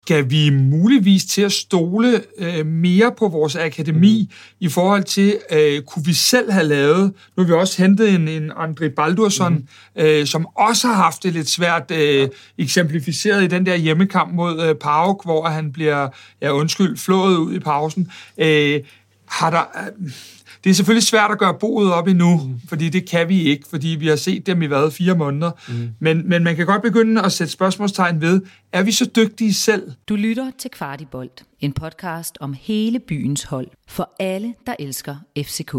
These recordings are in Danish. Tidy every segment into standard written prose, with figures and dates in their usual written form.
Skal vi muligvis til at stole mere på vores akademi i forhold til, kunne vi selv have lavet, nu har vi også hentet en André Baldursson, som også har haft det lidt svært eksemplificeret i den der hjemmekamp mod PAOK, hvor han bliver, flået ud i pausen. Det er selvfølgelig svært at gøre boet op endnu, fordi det kan vi ikke, fordi vi har set dem i 4 måneder. Men man kan godt begynde at sætte spørgsmålstegn ved, er vi så dygtige selv? Du lytter til Kvartibolt, en podcast om hele byens hold, for alle, der elsker FCK.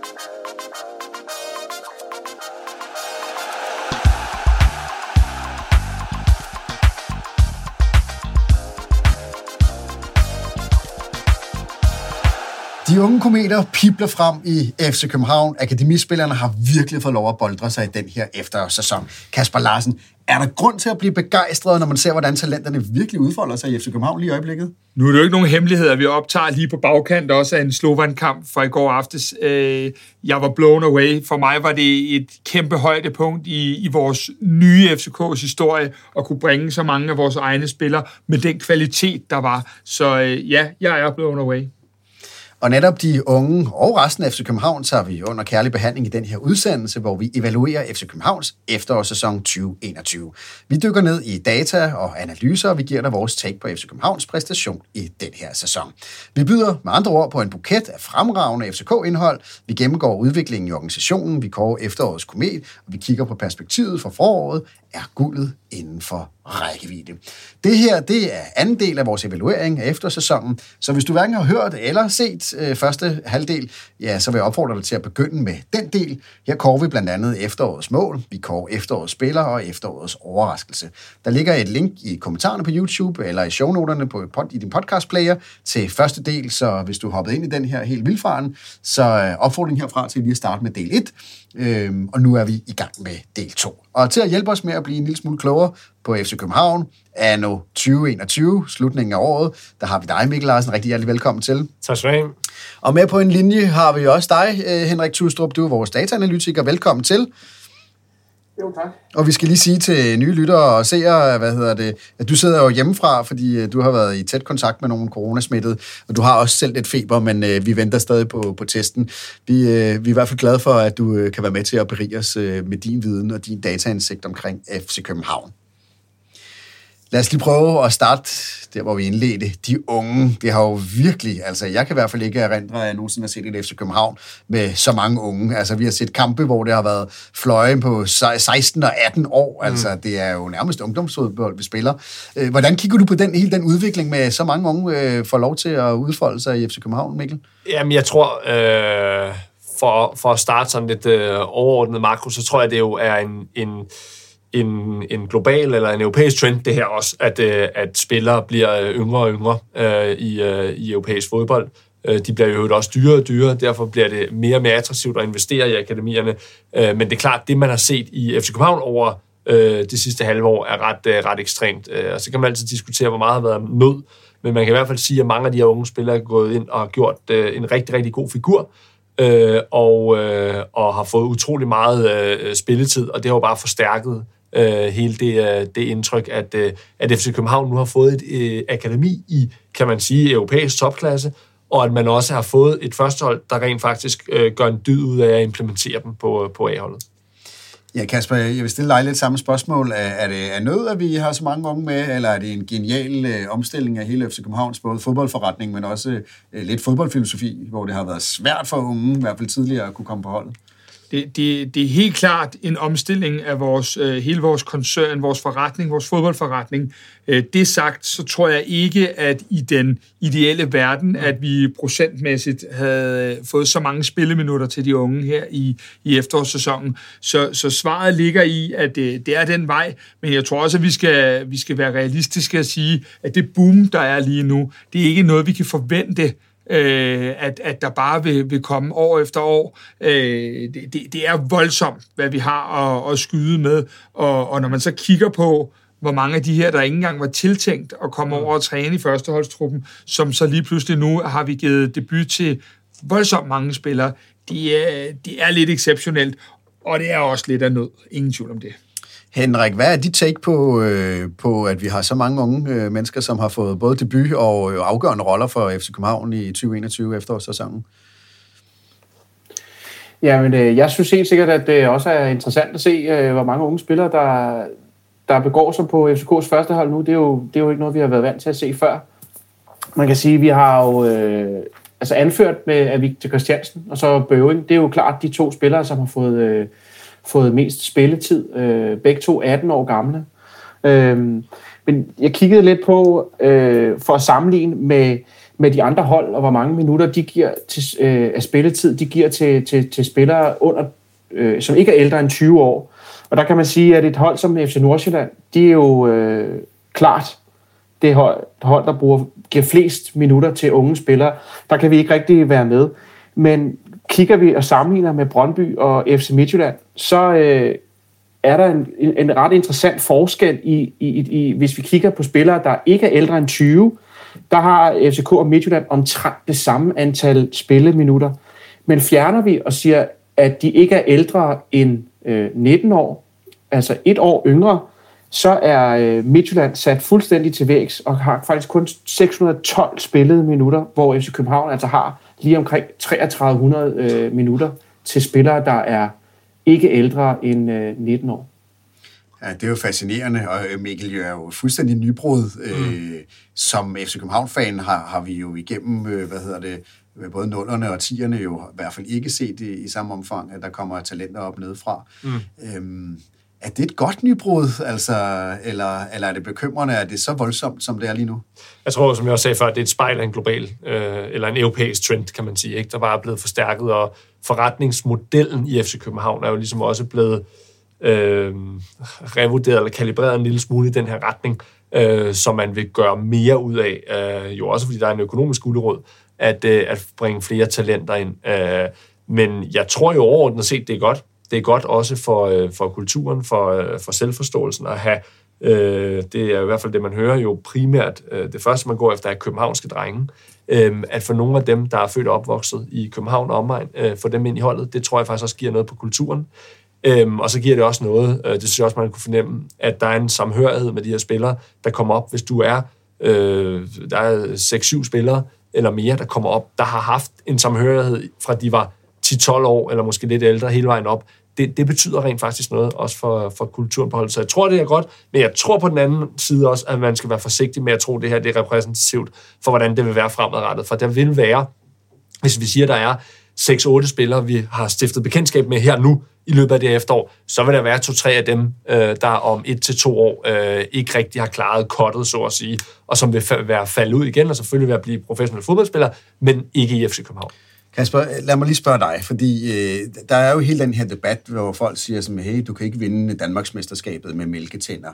De unge kometer pibler frem i FC København. Akademispillerne har virkelig fået lov at boldre sig i den her efterårssæson. Kasper Larsen, er der grund til at blive begejstret, når man ser, hvordan talenterne virkelig udfolder sig i FC København lige i øjeblikket? Nu er det jo ikke nogen hemmelighed, at vi optager lige på bagkant også af en Slovan-kamp fra i går aftes. Jeg var blown away. For mig var det et kæmpe højdepunkt i vores nye FCK's historie at kunne bringe så mange af vores egne spillere med den kvalitet, der var. Så ja, jeg er blown away. Og netop de unge og resten af FC København tager vi under kærlig behandling i den her udsendelse, hvor vi evaluerer FC Københavns efterårssæson 2021. Vi dykker ned i data og analyser, og vi giver dig vores take på FC Københavns præstation i den her sæson. Vi byder med andre ord på en buket af fremragende FCK-indhold. Vi gennemgår udviklingen i organisationen, vi kårer efterårets komet, og vi kigger på perspektivet for foråret. Er guldet inden for rækkevidde? Det her, det er anden del af vores evaluering af efterårssæsonen, så hvis du hverken har hørt eller set første halvdel, ja, så vil jeg opfordre dig til at begynde med den del. Her kårer vi blandt andet efterårets mål, vi kårer efterårets spillere og efterårets overraskelse. Der ligger et link i kommentarerne på YouTube eller i shownoterne i din podcastplayer til første del, så hvis du hoppet ind i den her helt vildfaren, så opfordring herfra til lige at starte med del 1, og nu er vi i gang med del 2. Og til at hjælpe os med at blive en lille smule klogere på FC København anno 2021, slutningen af året, der har vi dig, Mikkel Larsen. Rigtig hjertelig velkommen til. Tak skal du have. Og med på en linje har vi også dig, Henrik Tudstrup. Du er vores dataanalytiker. Velkommen til. Jo, tak. Og vi skal lige sige til nye lyttere og seere, at du sidder jo hjemmefra, fordi du har været i tæt kontakt med nogle coronasmittede, og du har også selv lidt feber, men vi venter stadig på testen. Vi er i hvert fald glade for, at du kan være med til at berige os med din viden og din dataindsigt omkring FC København. Lad os lige prøve at starte der, hvor vi indledte. De unge, det har jo virkelig, altså jeg kan i hvert fald ikke erindre, at jeg nogensinde har set et FC København med så mange unge. Altså vi har set kampe, hvor det har været fløje på 16 og 18 år. Altså det er jo nærmest ungdomsfodbold, vi spiller. Hvordan kigger du på hele den udvikling med så mange unge får lov til at udfolde sig i FC København, Mikkel? Jamen jeg tror, for at starte sådan lidt overordnet makro, så tror jeg, det jo er en global eller en europæisk trend, det her også, at spillere bliver yngre og yngre i europæisk fodbold. De bliver jo også dyrere og dyrere, derfor bliver det mere og mere attraktivt at investere i akademierne. Men det er klart, det man har set i FC København over det sidste halve år er ret ekstremt. Og så kan man altid diskutere, hvor meget har været nød, men man kan i hvert fald sige, at mange af de her unge spillere er gået ind og har gjort en rigtig, rigtig god figur, og har fået utrolig meget spilletid, og det har jo bare forstærket hele det indtryk, at FC København nu har fået et akademi i, kan man sige, europæisk topklasse, og at man også har fået et førstehold, der rent faktisk gør en dyd ud af at implementere dem på A-holdet. Ja, Kasper, jeg vil stille dig lidt samme spørgsmål. Er det af nød, at vi har så mange unge med, eller er det en genial omstilling af hele FC Københavns både fodboldforretning, men også lidt fodboldfilosofi, hvor det har været svært for unge, i hvert fald tidligere, at kunne komme på holdet? Det er helt klart en omstilling af hele vores koncern, vores forretning, vores fodboldforretning. Det sagt, så tror jeg ikke, at i den ideelle verden, at vi procentmæssigt havde fået så mange spilleminutter til de unge her i efterårssæsonen. Så svaret ligger i, at det er den vej, men jeg tror også, at vi skal være realistiske og sige, at det boom, der er lige nu, det er ikke noget, vi kan forvente, at der bare vil komme år efter år. Det er voldsomt, hvad vi har at skyde med, og når man så kigger på, hvor mange af de her, der ikke engang var tiltænkt at komme over og træne i førsteholdstruppen, som så lige pludselig nu har vi givet debut til voldsomt mange spillere, det er lidt exceptionelt, og det er også lidt af nød. Ingen tvivl om det. Henrik, hvad er dit take på, at vi har så mange unge mennesker, som har fået både debut og afgørende roller for FC København i 2021 efterårssæsonen? Jamen, jeg synes helt sikkert, at det også er interessant at se, hvor mange unge spillere, der begår sig på FCK's første hold nu. Det er jo ikke noget, vi har været vant til at se før. Man kan sige, at vi har jo anført med Victor Christiansen og så Bøving. Det er jo klart de to spillere, som har fået mest spilletid. Begge to 18 år gamle. Men jeg kiggede lidt på, for at sammenligne med de andre hold, og hvor mange minutter de giver af spilletid, de giver til spillere under, som ikke er ældre end 20 år. Og der kan man sige, at et hold som FC Nordsjælland, de er jo klart det hold, der giver flest minutter til unge spillere. Der kan vi ikke rigtig være med. Men kigger vi og sammenligner med Brøndby og FC Midtjylland, så er der en ret interessant forskel i hvis vi kigger på spillere, der ikke er ældre end 20, der har FCK og Midtjylland omtrent det samme antal spilleminutter. Men fjerner vi og siger, at de ikke er ældre end 19 år, altså et år yngre, så er Midtjylland sat fuldstændig til vægs og har faktisk kun 612 spillede minutter, hvor FC København altså har lige omkring 3300 minutter til spillere, der er ikke ældre end 19 år. Ja, det er jo fascinerende, og Mikkel er jo fuldstændig nybrud. Som FC København-fan har vi jo igennem, både 0'erne og 10'erne jo i hvert fald ikke set i samme omfang, at der kommer talenter op nedefra. Er det et godt nybrud, altså, eller er det bekymrende, er det så voldsomt, som det er lige nu? Jeg tror, som jeg også sagde før, det er et spejl af en global, eller en europæisk trend, kan man sige, ikke? Der bare er blevet forstærket, og forretningsmodellen i FC København er jo ligesom også blevet revurderet eller kalibreret en lille smule i den her retning, som man vil gøre mere ud af, jo også fordi der er en økonomisk gulerod, at bringe flere talenter ind. Men jeg tror jo overordnet set, det er godt. Det er godt også for kulturen, for selvforståelsen at have, det er i hvert fald det, man hører jo primært, det første, man går efter, er københavnske drenge. At for nogle af dem, der er født og opvokset i København og omegn, få dem ind i holdet, det tror jeg faktisk også giver noget på kulturen. Og så giver det også noget, det synes jeg også, man kunne fornemme, at der er en samhørighed med de her spillere, der kommer op, hvis du er, der er 6-7 spillere eller mere, der kommer op, der har haft en samhørighed fra de var 10-12 år, eller måske lidt ældre, hele vejen op. Det betyder rent faktisk noget, også for kulturen på holdet. Så jeg tror, det er godt, men jeg tror på den anden side også, at man skal være forsigtig med at tro, at det her det er repræsentativt for, hvordan det vil være fremadrettet. For der vil være, hvis vi siger, der er 6-8 spillere, vi har stiftet bekendtskab med her nu, i løbet af det efterår, så vil der være 2-3 af dem, der om 1-2 år ikke rigtig har klaret kottet, så at sige, og som vil være faldet ud igen, og selvfølgelig vil blive professionelle fodboldspillere, men ikke i FC København. Kasper, lad mig lige spørge dig, fordi der er jo hele den her debat, hvor folk siger som, hey, du kan ikke vinde Danmarksmesterskabet med mælketænder.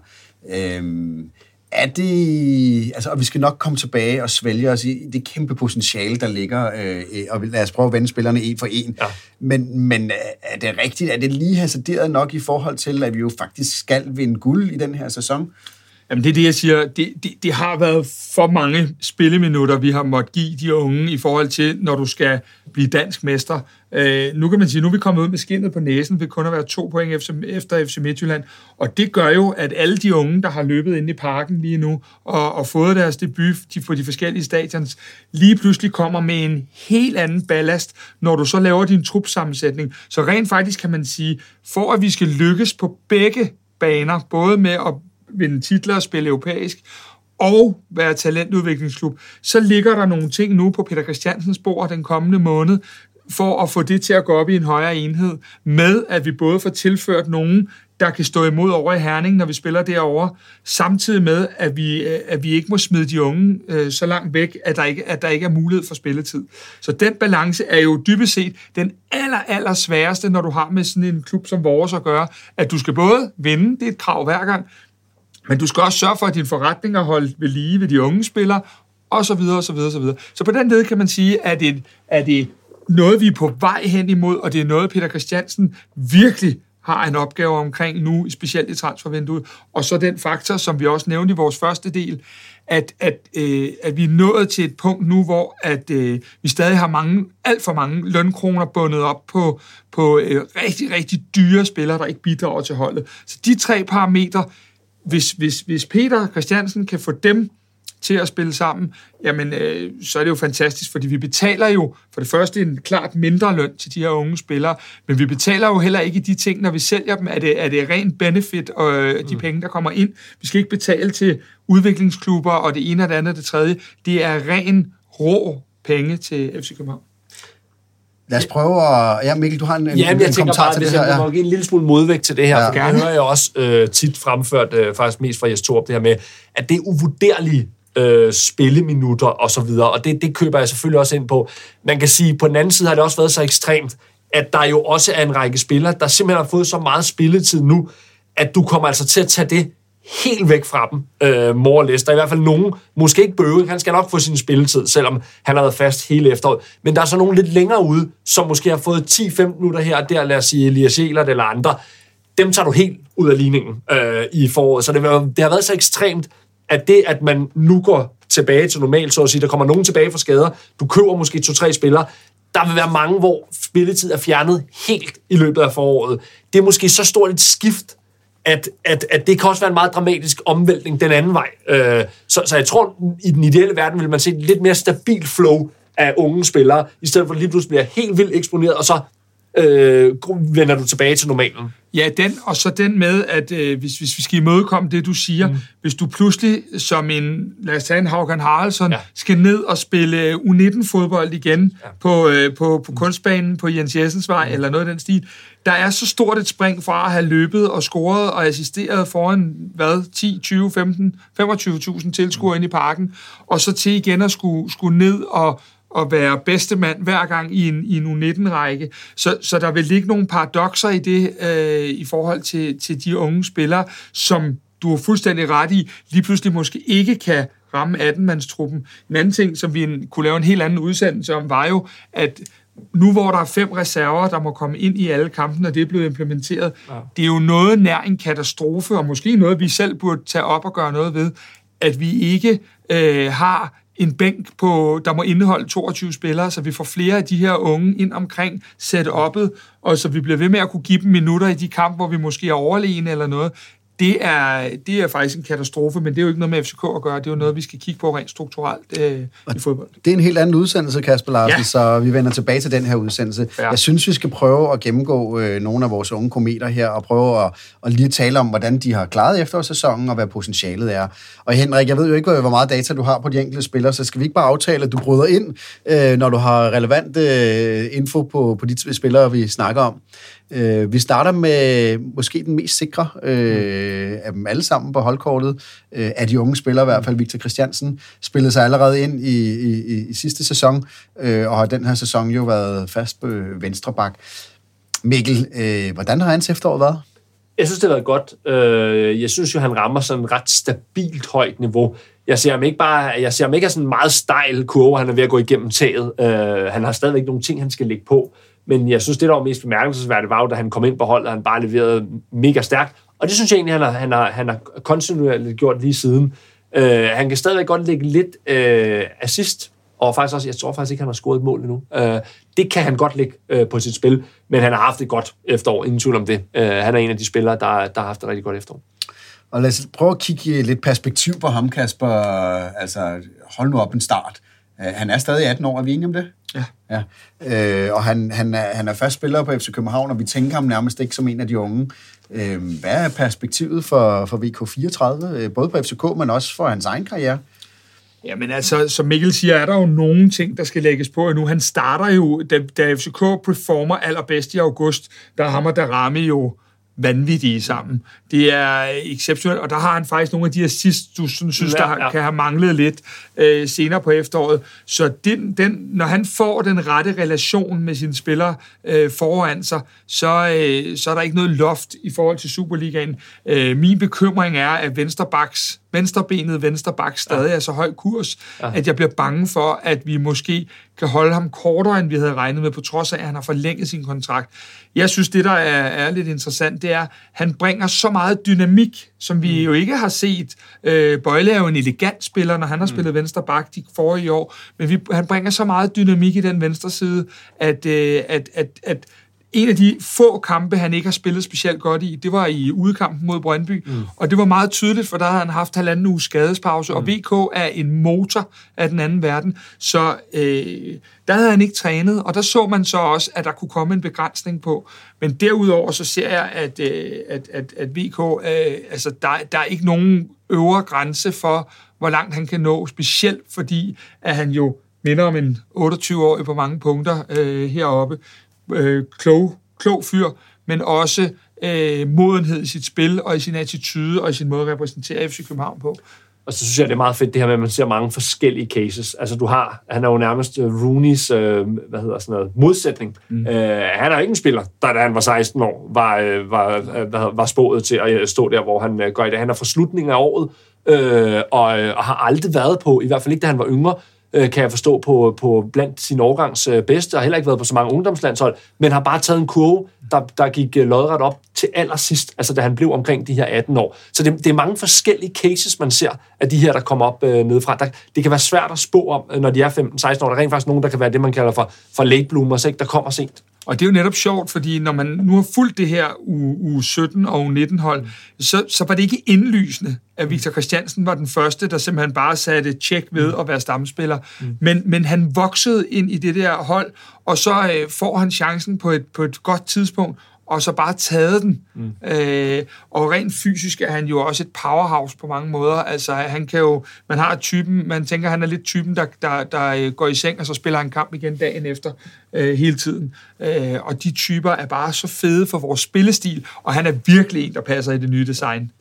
Er det, altså, og vi skal nok komme tilbage og svælge os i det kæmpe potentiale, der ligger, og lad os prøve at vende spillerne en for en. Ja. Men er det rigtigt? Er det lige hasarderet nok i forhold til, at vi jo faktisk skal vinde guld i den her sæson? Jamen det er det, jeg siger. Det har været for mange spilleminutter, vi har måttet give de unge i forhold til, når du skal blive dansk mester. Nu kan man sige, nu er vi kommet ud med skindet på næsen ved kun at være 2 point efter FC Midtjylland. Og det gør jo, at alle de unge, der har løbet inde i parken lige nu og fået deres debut på de forskellige stadions, lige pludselig kommer med en helt anden ballast, når du så laver din trupsammensætning. Så rent faktisk kan man sige, for at vi skal lykkes på begge baner, både med at vinde titler og spille europæisk, og være talentudviklingsklub, så ligger der nogle ting nu på Peter Christiansens bord den kommende måned, for at få det til at gå op i en højere enhed, med at vi både får tilført nogen, der kan stå imod over i Herning, når vi spiller derovre, samtidig med, at vi ikke må smide de unge så langt væk, at der ikke er mulighed for spilletid. Så den balance er jo dybest set den aller sværeste, når du har med sådan en klub som vores at gøre, at du skal både vinde, det er et krav hver gang, men du skal også sørge for, at din forretning er holdt ved lige ved de unge spillere, og så videre, og så videre, og så videre. Så på den led kan man sige, at det er noget, vi er på vej hen imod, og det er noget, Peter Christiansen virkelig har en opgave omkring nu, specielt i transfervinduet. Og så den faktor, som vi også nævnte i vores første del, at vi er nået til et punkt nu, hvor vi stadig har alt for mange lønkroner bundet op på rigtig, rigtig dyre spillere, der ikke bidrager til holdet. Så de 3 parametre, hvis Peter Christiansen kan få dem til at spille sammen, jamen, så er det jo fantastisk, fordi vi betaler jo for det første en klart mindre løn til de her unge spillere, men vi betaler jo heller ikke de ting, når vi sælger dem, er det rent benefit, og de penge, der kommer ind. Vi skal ikke betale til udviklingsklubber, og det ene og det andet og det tredje. Det er ren, rå penge til FC København. Lad os prøve at... Ja, Mikkel, du har en kommentar til det her. Jeg må give en lille smule modvægt til det her, for det hører jeg også tit fremført, faktisk mest fra Jes Torup, det her med, at det er uvurderlige spilleminutter og så videre, og det køber jeg selvfølgelig også ind på. Man kan sige, på den anden side har det også været så ekstremt, at der jo også er en række spillere, der simpelthen har fået så meget spilletid nu, at du kommer altså til at tage det helt væk fra dem, more or less. Der er i hvert fald nogen, måske ikke Bøge, han skal nok få sin spilletid, selvom han har været fast hele efteråret, men der er så nogen lidt længere ude, som måske har fået 10-15 minutter her og der, lad os sige Elias Elert eller andre. Dem tager du helt ud af ligningen i foråret, så det har været så ekstremt, at det, at man nu går tilbage til normalt, så at sige, der kommer nogen tilbage fra skader, du køber måske 2-3 spillere, der vil være mange, hvor spilletid er fjernet helt i løbet af foråret. Det er måske så stort et skift, at det kan også være en meget dramatisk omvæltning den anden vej. Så jeg tror, i den ideelle verden vil man se et lidt mere stabilt flow af unge spillere, i stedet for at lige pludselig bliver helt vildt eksponeret, og så vender du tilbage til normalen. Ja, og så den med, at hvis vi skal imødekomme det, du siger, hvis du pludselig som lad os tage en Håkan Haraldsson, skal ned og spille U19-fodbold igen på kunstbanen på Jens Jessens Vej, eller noget af den stil, der er så stort et spring fra at have løbet og scoret og assisteret foran, 10, 20, 15, 25.000 tilskuere ind i parken, og så til igen at skulle ned og være bedste mand hver gang i en U19-række. Så der vil ligge nogle paradokser i det, i forhold til de unge spillere, som du er fuldstændig ret i, lige pludselig måske ikke kan ramme 18-mandstruppen. En anden ting, som vi kunne lave en helt anden udsendelse om, var jo, at nu hvor der er 5 reserver, der må komme ind i alle kampene, og det er blevet implementeret, det er jo noget nær en katastrofe, og måske noget, vi selv burde tage op og gøre noget ved, at vi ikke har en bænk, der må indeholde 22 spillere, så vi får flere af de her unge ind omkring setup'et, og så vi bliver ved med at kunne give dem minutter i de kampe, hvor vi måske er overlegne eller noget. Det er faktisk en katastrofe, men det er jo ikke noget med FCK at gøre. Det er jo noget, vi skal kigge på rent strukturelt i fodbold. Det er en helt anden udsendelse, Kasper Larsen, så vi vender tilbage til den her udsendelse. Ja. Jeg synes, vi skal prøve at gennemgå nogle af vores unge kometer her, og prøve at lige tale om, hvordan de har klaret efterårssæsonen, og hvad potentialet er. Og Henrik, jeg ved jo ikke, hvor meget data du har på de enkelte spillere, så skal vi ikke bare aftale, at du bryder ind, når du har relevant info på de spillere, vi snakker om. Vi starter med måske den mest sikre af dem alle sammen på holdkortet, af de unge spillere i hvert fald. Victor Christiansen spillede sig allerede ind i sidste sæson, og har den her sæson jo været fast på venstre bak. Mikkel, hvordan har hans efterår været? Jeg synes, det har været godt. Jeg synes jo, han rammer sådan et ret stabilt højt niveau. Jeg ser ham ikke af sådan en meget stejl kurve, han er ved at gå igennem taget. Han har stadigvæk nogle ting, han skal lægge på. Men jeg synes, det der var mest bemærkelsesværdigt, var jo, da han kom ind på holdet, og han bare leverede mega stærkt. Og det synes jeg egentlig, han har kontinuerligt gjort lige siden. Han kan stadigvæk godt lægge lidt assist, og faktisk også, jeg tror faktisk ikke, han har scoret et mål endnu. Det kan han godt lægge på sit spil, men han har haft et godt efterår, ingen tvivl om det. Han er en af de spillere, der har haft et rigtig godt efterår. Og lad os prøve at kigge lidt perspektiv på ham, Kasper. Altså, hold nu op en start. Han er stadig 18 år, er vi enige om det? Ja. Og han er fast spiller på FC København, og vi tænker ham nærmest ikke som en af de unge. Hvad er perspektivet for VK34, både på FCK, men også for hans egen karriere? Jamen altså, som Mikkel siger, er der jo nogle ting, der skal lægges på endnu. Han starter jo, da FCK performer allerbedst i august, der er ham og Darami jo vanvittige sammen. Det er exceptionelt, og der har han faktisk nogle af de assist, du synes, der kan have manglet lidt senere på efteråret. Så når han får den rette relation med sine spillere foran sig, så er der ikke noget loft i forhold til Superligaen. Min bekymring er, at venstrebacks venstrebenet venstreback stadig er så høj kurs, at jeg bliver bange for, at vi måske kan holde ham kortere, end vi havde regnet med, på trods af, at han har forlænget sin kontrakt. Jeg synes, det der er lidt interessant, det er, at han bringer så meget dynamik, som vi jo ikke har set. Bøjle er jo en elegant spiller, når han har spillet venstreback de forrige år, men han bringer så meget dynamik i den venstre side, at en af de få kampe, han ikke har spillet specielt godt i, det var i udekampen mod Brøndby, og det var meget tydeligt, for der havde han haft 1,5 uges skadespause, og VK er en motor af den anden verden, så der havde han ikke trænet, og der så man så også, at der kunne komme en begrænsning på. Men derudover så ser jeg, at VK, altså der er ikke nogen øvre grænse for, hvor langt han kan nå, specielt fordi, at han jo minder om en 28-årig på mange punkter heroppe, klog fyr, men også modenhed i sit spil, og i sin attitude, og i sin måde at repræsentere FC København på. Og så synes jeg, det er meget fedt, det her med, at man ser mange forskellige cases. Altså, han er jo nærmest Rooneys, modsætning. Han er ikke en spiller, der da han var 16 år, var spået til at stå der, hvor han gør i det. Han er fra slutningen af året, og har aldrig været på, i hvert fald ikke, da han var yngre, kan jeg forstå, på blandt sin årgangs bedste, og heller ikke været på så mange ungdomslandshold, men har bare taget en kurve, der gik lodret op til allersidst, altså da han blev omkring de her 18 år. Så det er mange forskellige cases, man ser af de her, der kommer op nedefra. Det kan være svært at spå om, når de er 15-16 år. Der er rent faktisk nogen, der kan være det, man kalder for late bloomers, ikke? Der kommer sent. Og det er jo netop sjovt, fordi når man nu har fulgt det her U17 og U19-hold, så var det ikke indlysende, at Victor Christiansen var den første, der simpelthen bare satte tjek ved at være stamspiller. Men han voksede ind i det der hold, og så får han chancen på et godt tidspunkt, og så bare taget den. Og rent fysisk er han jo også et powerhouse på mange måder. Altså, han kan jo, man tænker, han er lidt typen, der går i seng, og så spiller han kamp igen dagen efter hele tiden. Og de typer er bare så fede for vores spillestil, og han er virkelig en, der passer i det nye design.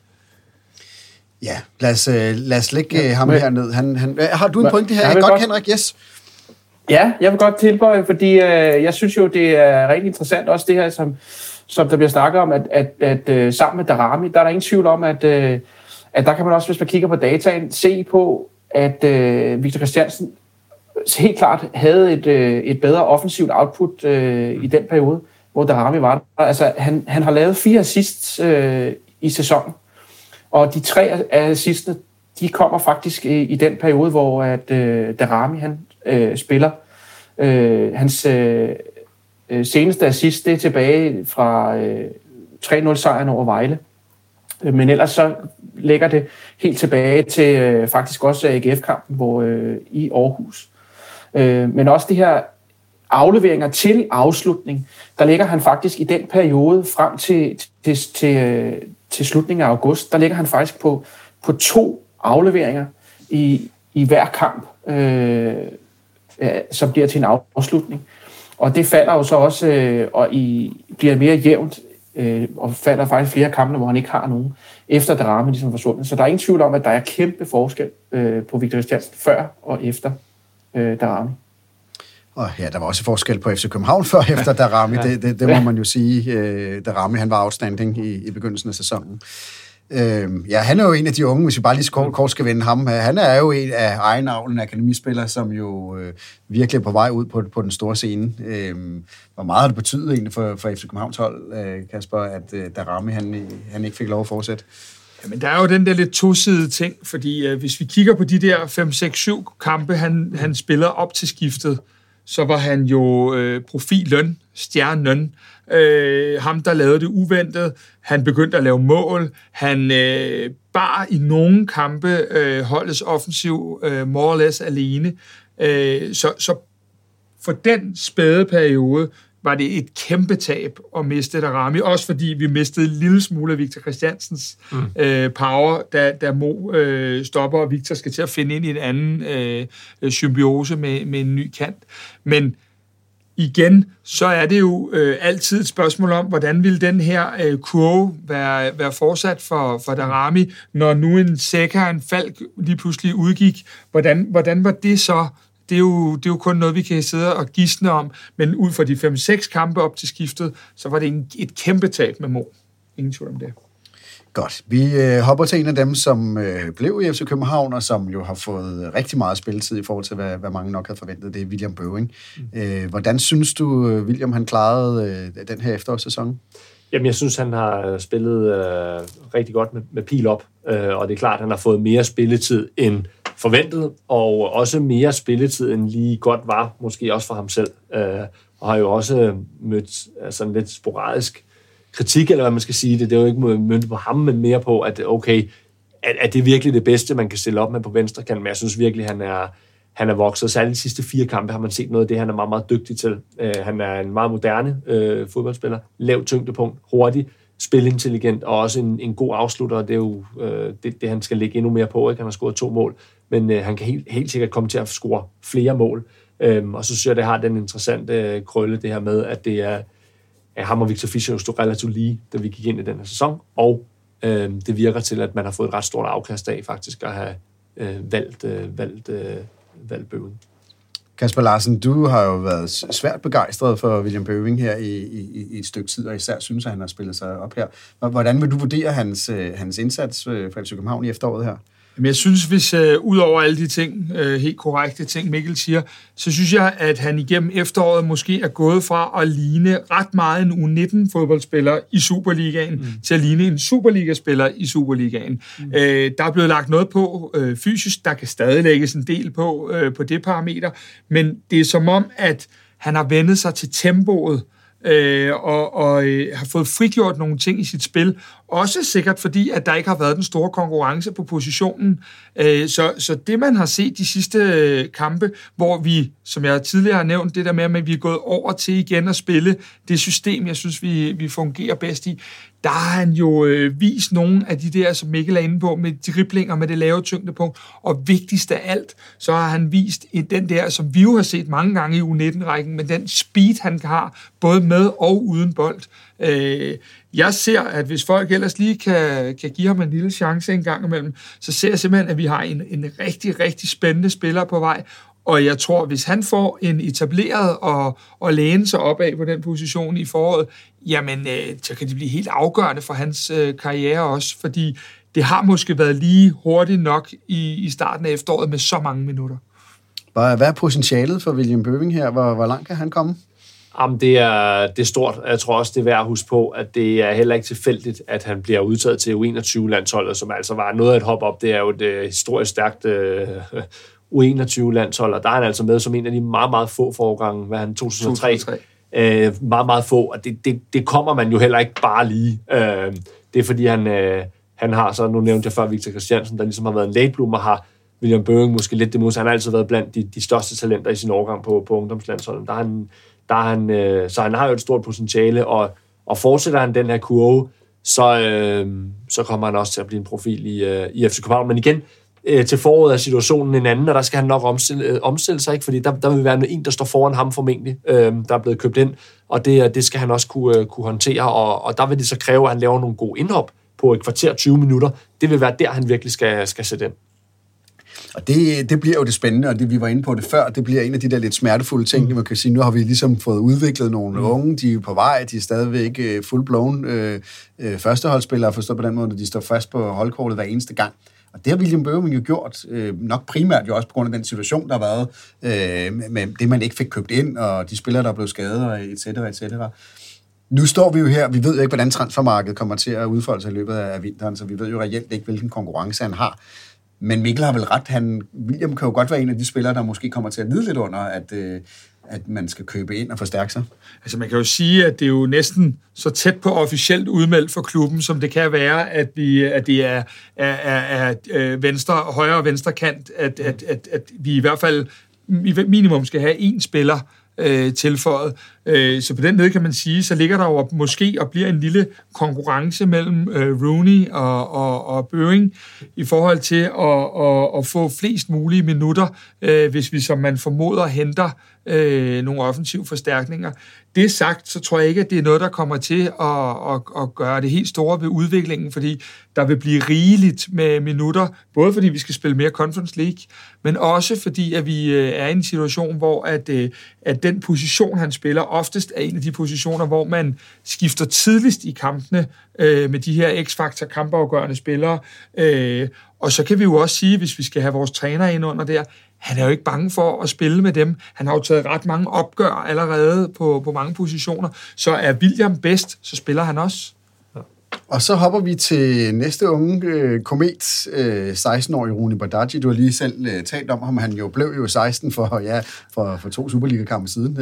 Ja, lad os lægge ham herned. Har du en pointe her? Godt, Henrik, yes. Ja, jeg vil godt tilbøje, fordi jeg synes jo, det er rigtig interessant også det her, som der bliver snakket om, at sammen med Daramy, der er der ingen tvivl om, at der kan man også, hvis man kigger på dataen, se på, at Victor Christiansen helt klart havde et bedre offensivt output i den periode, hvor Daramy var der. Altså, han har lavet 4 assists i sæsonen, og de 3 af assistene, de kommer faktisk i den periode, hvor Daramy han spiller. Hans seneste assist, det er tilbage fra 3-0-sejren over Vejle. Men ellers så lægger det helt tilbage til faktisk også AGF-kampen i Aarhus. Men også de her afleveringer til afslutning, der ligger han faktisk i den periode frem til slutningen af august, der ligger han faktisk på 2 afleveringer i hver kamp, som bliver til en afslutning. Og det falder jo så også og bliver mere jævnt, og falder faktisk flere kampe, hvor han ikke har nogen, efter Daramy ligesom forsvundet. Så der er ingen tvivl om, at der er kæmpe forskel på Victor Christiansen før og efter Daramy. Og ja, der var også forskel på FC København før og efter Daramy. Det må man jo sige. Daramy, han var outstanding i begyndelsen af sæsonen. Han er jo en af de unge, hvis vi bare lige kort skal vende ham. Han er jo en af egen avlen akademispillere, som jo virkelig er på vej ud på den store scene. Hvor meget har det betydet egentlig for FC Københavns hold, Kasper, at Daramy han ikke fik lov at fortsætte? Jamen, der er jo den der lidt tosidede ting, fordi hvis vi kigger på de der 5, 6, 7 kampe, han spiller op til skiftet, så var han jo profilløn, stjernen, ham der lavede det uventet, han begyndte at lave mål, han bar i nogle kampe holdets offensiv more or less alene, så for den spæde periode var det et kæmpe tab at miste Daramy, også fordi vi mistede en lille smule af Victor Christiansens power, da Mo stopper, og Victor skal til at finde ind i en anden symbiose med en ny kant. Men igen, så er det jo altid et spørgsmål om, hvordan vil den her kurve være fortsat for Daramy, når nu en Sækker, en Falk lige pludselig udgik. Hvordan var det så? Det er jo kun noget, vi kan sidde og gisne om, men ud fra de 5-6 kampe op til skiftet, så var det et kæmpe tab med Mo. Ingen tvivl om det. Godt. Vi hopper til en af dem, som blev i FC København, og som jo har fået rigtig meget spilletid i forhold til, hvad mange nok havde forventet. Det er William Bøving. Hvordan synes du, William, han klarede den her efterårssæson? Jamen, jeg synes, han har spillet rigtig godt med pil op, og det er klart, at han har fået mere spilletid end forventet, og også mere spilletid end lige godt var, måske også for ham selv, og har jo også mødt sådan lidt sporadisk kritik, eller hvad man skal sige det. Det er jo ikke møntet på ham, men mere på, at okay, at det er virkelig det bedste, man kan stille op med på venstre kant, men jeg synes virkelig, han er vokset. Særligt de sidste 4 kampe har man set noget af det, han er meget, meget dygtig til. Han er en meget moderne fodboldspiller. Lav tyngdepunkt, hurtig, spilintelligent og også en god afslutter. Det er jo det, han skal lægge endnu mere på. Ikke? Han har scoret 2 mål, men han kan helt sikkert komme til at score flere mål. Og så synes jeg, det har den interessante krølle, det her med, at det er ham og Victor Fischer stod relativt lige, da vi gik ind i den her sæson, og det virker til, at man har fået et ret stort afkast af faktisk at have valgt Bøving. Kasper Larsen, du har jo været svært begejstret for William Bøving her i et stykke tid, og især synes, at han har spillet sig op her. Hvordan vil du vurdere hans indsats for FC København i efteråret her? Men jeg synes, hvis ud over alle de ting, helt korrekte ting, Mikkel siger, så synes jeg, at han igennem efteråret måske er gået fra at ligne ret meget en U19-fodboldspiller i Superligaen, til at ligne en Superliga-spiller i Superligaen. Der er blevet lagt noget på fysisk, der kan stadig lægges en del på det parameter, men det er som om, at han har vendt sig til tempoet, og har fået frigjort nogle ting i sit spil. Også sikkert fordi, at der ikke har været den store konkurrence på positionen. Så det, man har set de sidste kampe, hvor vi, som jeg tidligere har nævnt, det der med, at vi er gået over til igen at spille det system, jeg synes, vi fungerer bedst i, der har han jo vist nogle af de der, som Mikkel er inde på, med driblinger, med det lave tyngdepunkt, og vigtigst af alt, så har han vist den der, som vi jo har set mange gange i U19-rækken, men den speed, han har, både med og uden bold. Jeg ser, at hvis folk ellers lige kan give ham en lille chance en gang imellem, så ser jeg simpelthen, at vi har en rigtig, rigtig spændende spiller på vej, og jeg tror, hvis han får en etableret og læne sig opad på den position i foråret, jamen, så kan det blive helt afgørende for hans karriere også, fordi det har måske været lige hurtigt nok i starten af efteråret med så mange minutter. Hvad er potentialet for William Bøving her? Hvor langt kan han komme? Jamen, det er stort. Jeg tror også, det er værd at huske på, at det er heller ikke tilfældigt, at han bliver udtaget til U21-landsholdet, som altså var noget af et hop op. Det er jo et historisk stærkt U21-landshold, og der er han altså med som en af de meget, meget få forgange, hvad han 2003. Meget, meget få, og det kommer man jo heller ikke bare lige. Det er fordi, han har så, nu nævnte jeg før Victor Christiansen, der ligesom har været en late bloomer, har William Bøving måske lidt det modsatte. Han har altid været blandt de største talenter i sin årgang på ungdomslandsholdet. Så han har jo et stort potentiale, og fortsætter han den her kurve, så kommer han også til at blive en profil i FC København. Men igen, til foråret er situationen en anden, og der skal han nok omstille sig, ikke? Fordi der vil være en, der står foran ham formentlig, der er blevet købt ind, og det skal han også kunne håndtere, og der vil det så kræve, at han laver nogle gode indhop på et kvarter 20 minutter. Det vil være der, han virkelig skal sætte ind. Og det bliver jo det spændende, og det vi var inde på det før, det bliver en af de der lidt smertefulde ting, man kan sige, nu har vi ligesom fået udviklet nogle unge, de er på vej, de er stadigvæk full-blown førsteholdsspillere, forstået på den måde, at de står fast på holdkortet hver eneste gang. Og det har William Bøving jo gjort, nok primært jo også på grund af den situation, der har været, med det, man ikke fik købt ind, og de spillere, der er blevet skadet, etc. Nu står vi jo her, vi ved jo ikke, hvordan transfermarkedet kommer til at udfolde sig i løbet af vinteren, så vi ved jo reelt ikke, hvilken konkurrence han har. Men Mikkel har vel ret, William kan jo godt være en af de spillere, der måske kommer til at lide lidt under, at man skal købe ind og forstærke sig. Altså man kan jo sige, at det er jo næsten så tæt på officielt udmeldt for klubben, som det kan være, at det er højre og venstre kant, at vi i hvert fald minimum skal have én spiller tilføjet. Så på den måde kan man sige, så ligger der jo måske og bliver en lille konkurrence mellem Rooney og Bøving i forhold til at få flest mulige minutter, hvis vi, som man formoder, henter nogle offensive forstærkninger. Det sagt, så tror jeg ikke, at det er noget, der kommer til at gøre det helt store ved udviklingen, fordi der vil blive rigeligt med minutter, både fordi vi skal spille mere Conference League, men også fordi, at vi er i en situation, hvor at den position, han spiller, oftest er en af de positioner, hvor man skifter tidligst i kampene med de her X-faktor kampafgørende spillere. Og så kan vi jo også sige, hvis vi skal have vores træner ind under der, han er jo ikke bange for at spille med dem. Han har jo taget ret mange opgør allerede på mange positioner. Så er William bedst, så spiller han også. Og så hopper vi til næste unge komet, 16-årige Rooney Badaji. Du har lige selv talt om ham. Han blev jo 16 for 2 Superliga-kampe siden.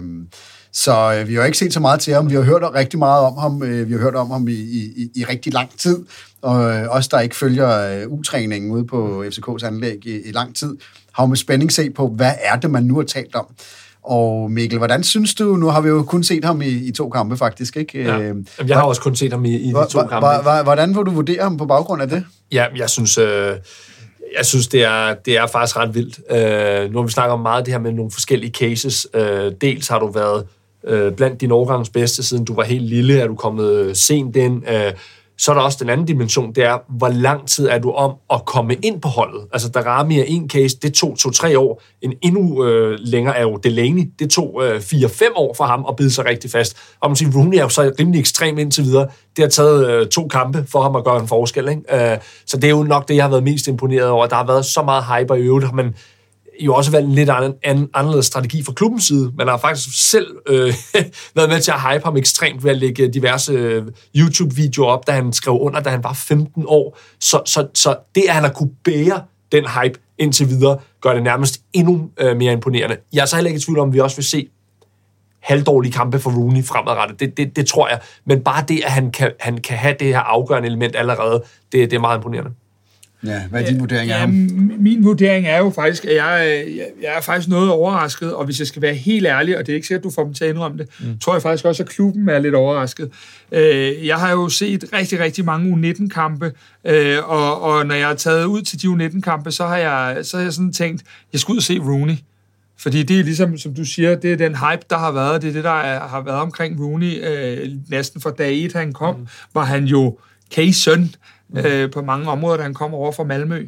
Så vi har ikke set så meget til ham. Vi har hørt rigtig meget om ham. Vi har hørt om ham i rigtig lang tid. Og os, der ikke følger U-træningen ude på FCK's anlæg i lang tid, har med spænding set på, hvad er det, man nu har talt om. Og Mikkel, hvordan synes du, nu har vi jo kun set ham i 2 kampe faktisk, ikke? Ja. Jeg har også kun set ham i de 2 kampe. Hvordan vil du vurdere ham på baggrund af det? Ja, jeg synes det er faktisk ret vildt. Nu har vi snakket om meget det her med nogle forskellige cases. Dels har du været blandt dine årgangens bedste, siden du var helt lille, er du kommet sent ind. Så er der også den anden dimension, det er, hvor lang tid er du om at komme ind på holdet. Altså, Darami er en case, det tog 2-3 år. En endnu længere er jo Delaney. Det tog 4-5 år for ham at bide sig rigtig fast. Og man siger, Rooney er jo så rimelig ekstrem indtil videre. Det har taget 2 kampe for ham at gøre en forskel, ikke? Så det er jo nok det, jeg har været mest imponeret over. Der har været så meget hype, og i øvrigt har man jo også valgt en lidt anderledes strategi fra klubbens side. Man har faktisk selv været med til at hype ham ekstremt ved at lægge diverse YouTube-videoer op, da han skrev under, da han var 15 år. Så det, at han har kunne bære den hype indtil videre, gør det nærmest endnu mere imponerende. Jeg er så heller ikke i tvivl om, at vi også vil se halvdårlige kampe for Rooney fremadrettet. Det tror jeg. Men bare det, at han kan have det her afgørende element allerede, det er meget imponerende. Ja, hvad er din vurdering af ham? Min vurdering er jo faktisk, at jeg er faktisk noget overrasket, og hvis jeg skal være helt ærlig, og det er ikke sikkert, at du får dem til at indrømme det, tror jeg faktisk også, at klubben er lidt overrasket. Jeg har jo set rigtig, rigtig mange U19-kampe, og når jeg er taget ud til de U19-kampe, så har jeg sådan tænkt, jeg skal ud og se Rooney. Fordi det er ligesom, som du siger, det er den hype, der har været, det er det, der har været omkring Rooney. Næsten fra dag 1, han kom, var han jo K-søn, på mange områder, da han kom over fra Malmø.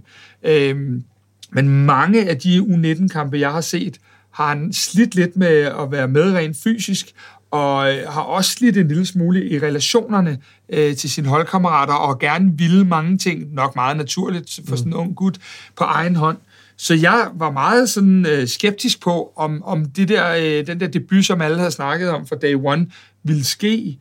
Men mange af de U19-kampe, jeg har set, har han slidt lidt med at være med rent fysisk, og har også slidt en lille smule i relationerne til sine holdkammerater, og gerne ville mange ting, nok meget naturligt for sådan en ung gut, på egen hånd. Så jeg var meget sådan skeptisk på, om det den der debut, som alle havde snakket om fra day one, ville ske.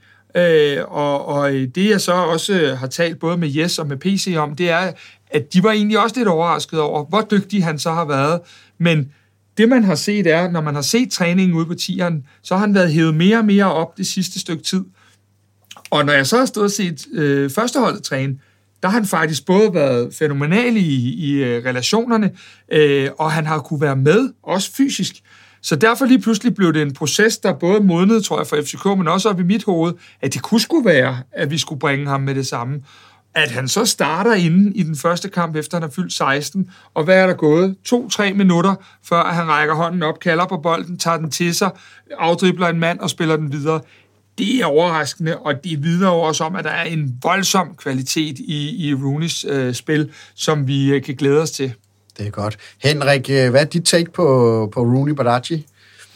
Og det jeg så også har talt både med Jes og med PC om, det er, at de var egentlig også lidt overrasket over, hvor dygtig han så har været. Men det man har set er, når man har set træningen ude på tieren, så har han været hævet mere og mere op det sidste stykke tid. Og når jeg så har stået og set førsteholdet træne, der har han faktisk både været fænomenal i relationerne, og han har kunne være med, også fysisk. Så derfor lige pludselig blev det en proces, der både modnede, tror jeg, for FCK, men også op i mit hoved, at det kunne sgu være, at vi skulle bringe ham med det samme. At han så starter inde i den første kamp, efter han er fyldt 16, og hvad er der gået? 2-3 minutter, før han rækker hånden op, kalder på bolden, tager den til sig, afdribler en mand og spiller den videre. Det er overraskende, og det vidner jo også om, at der er en voldsom kvalitet i Rooneys spil, som vi kan glæde os til. Det er godt. Henrik, hvad er dit take på Rooney Badaji?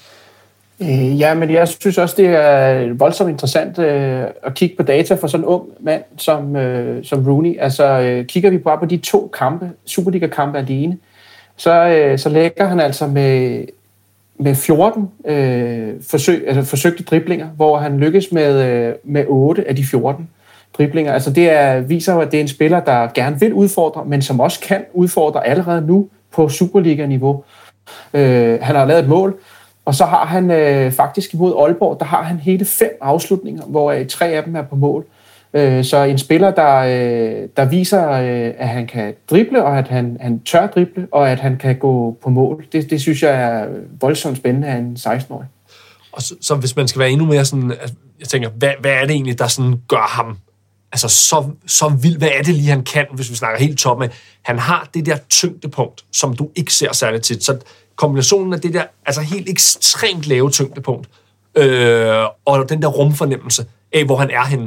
Ja, men jeg synes også, det er voldsomt interessant at kigge på data for sådan en ung mand som Rooney. Altså, kigger vi bare på de 2 kampe, Superliga-kampe alene, så lægger han altså med 14 forsøgte driblinger, hvor han lykkes med 8 af de 14 driblinger. Altså det viser jo, at det er en spiller, der gerne vil udfordre, men som også kan udfordre allerede nu på Superliga-niveau. Han har lavet et mål, og så har han faktisk imod Aalborg, der har han hele 5 afslutninger, hvor 3 af dem er på mål. Så en spiller, der viser, at han kan drible, og at han tør drible, og at han kan gå på mål. Det synes jeg er voldsomt spændende af en 16-årig. Og så hvis man skal være endnu mere sådan, jeg tænker, hvad er det egentlig, der sådan gør ham altså så vildt? Hvad er det lige, han kan, hvis vi snakker helt top med? Han har det der tyngdepunkt, som du ikke ser særligt tit. Så kombinationen af det der altså helt ekstremt lave tyngdepunkt, og den der rumfornemmelse af, hvor han er henne,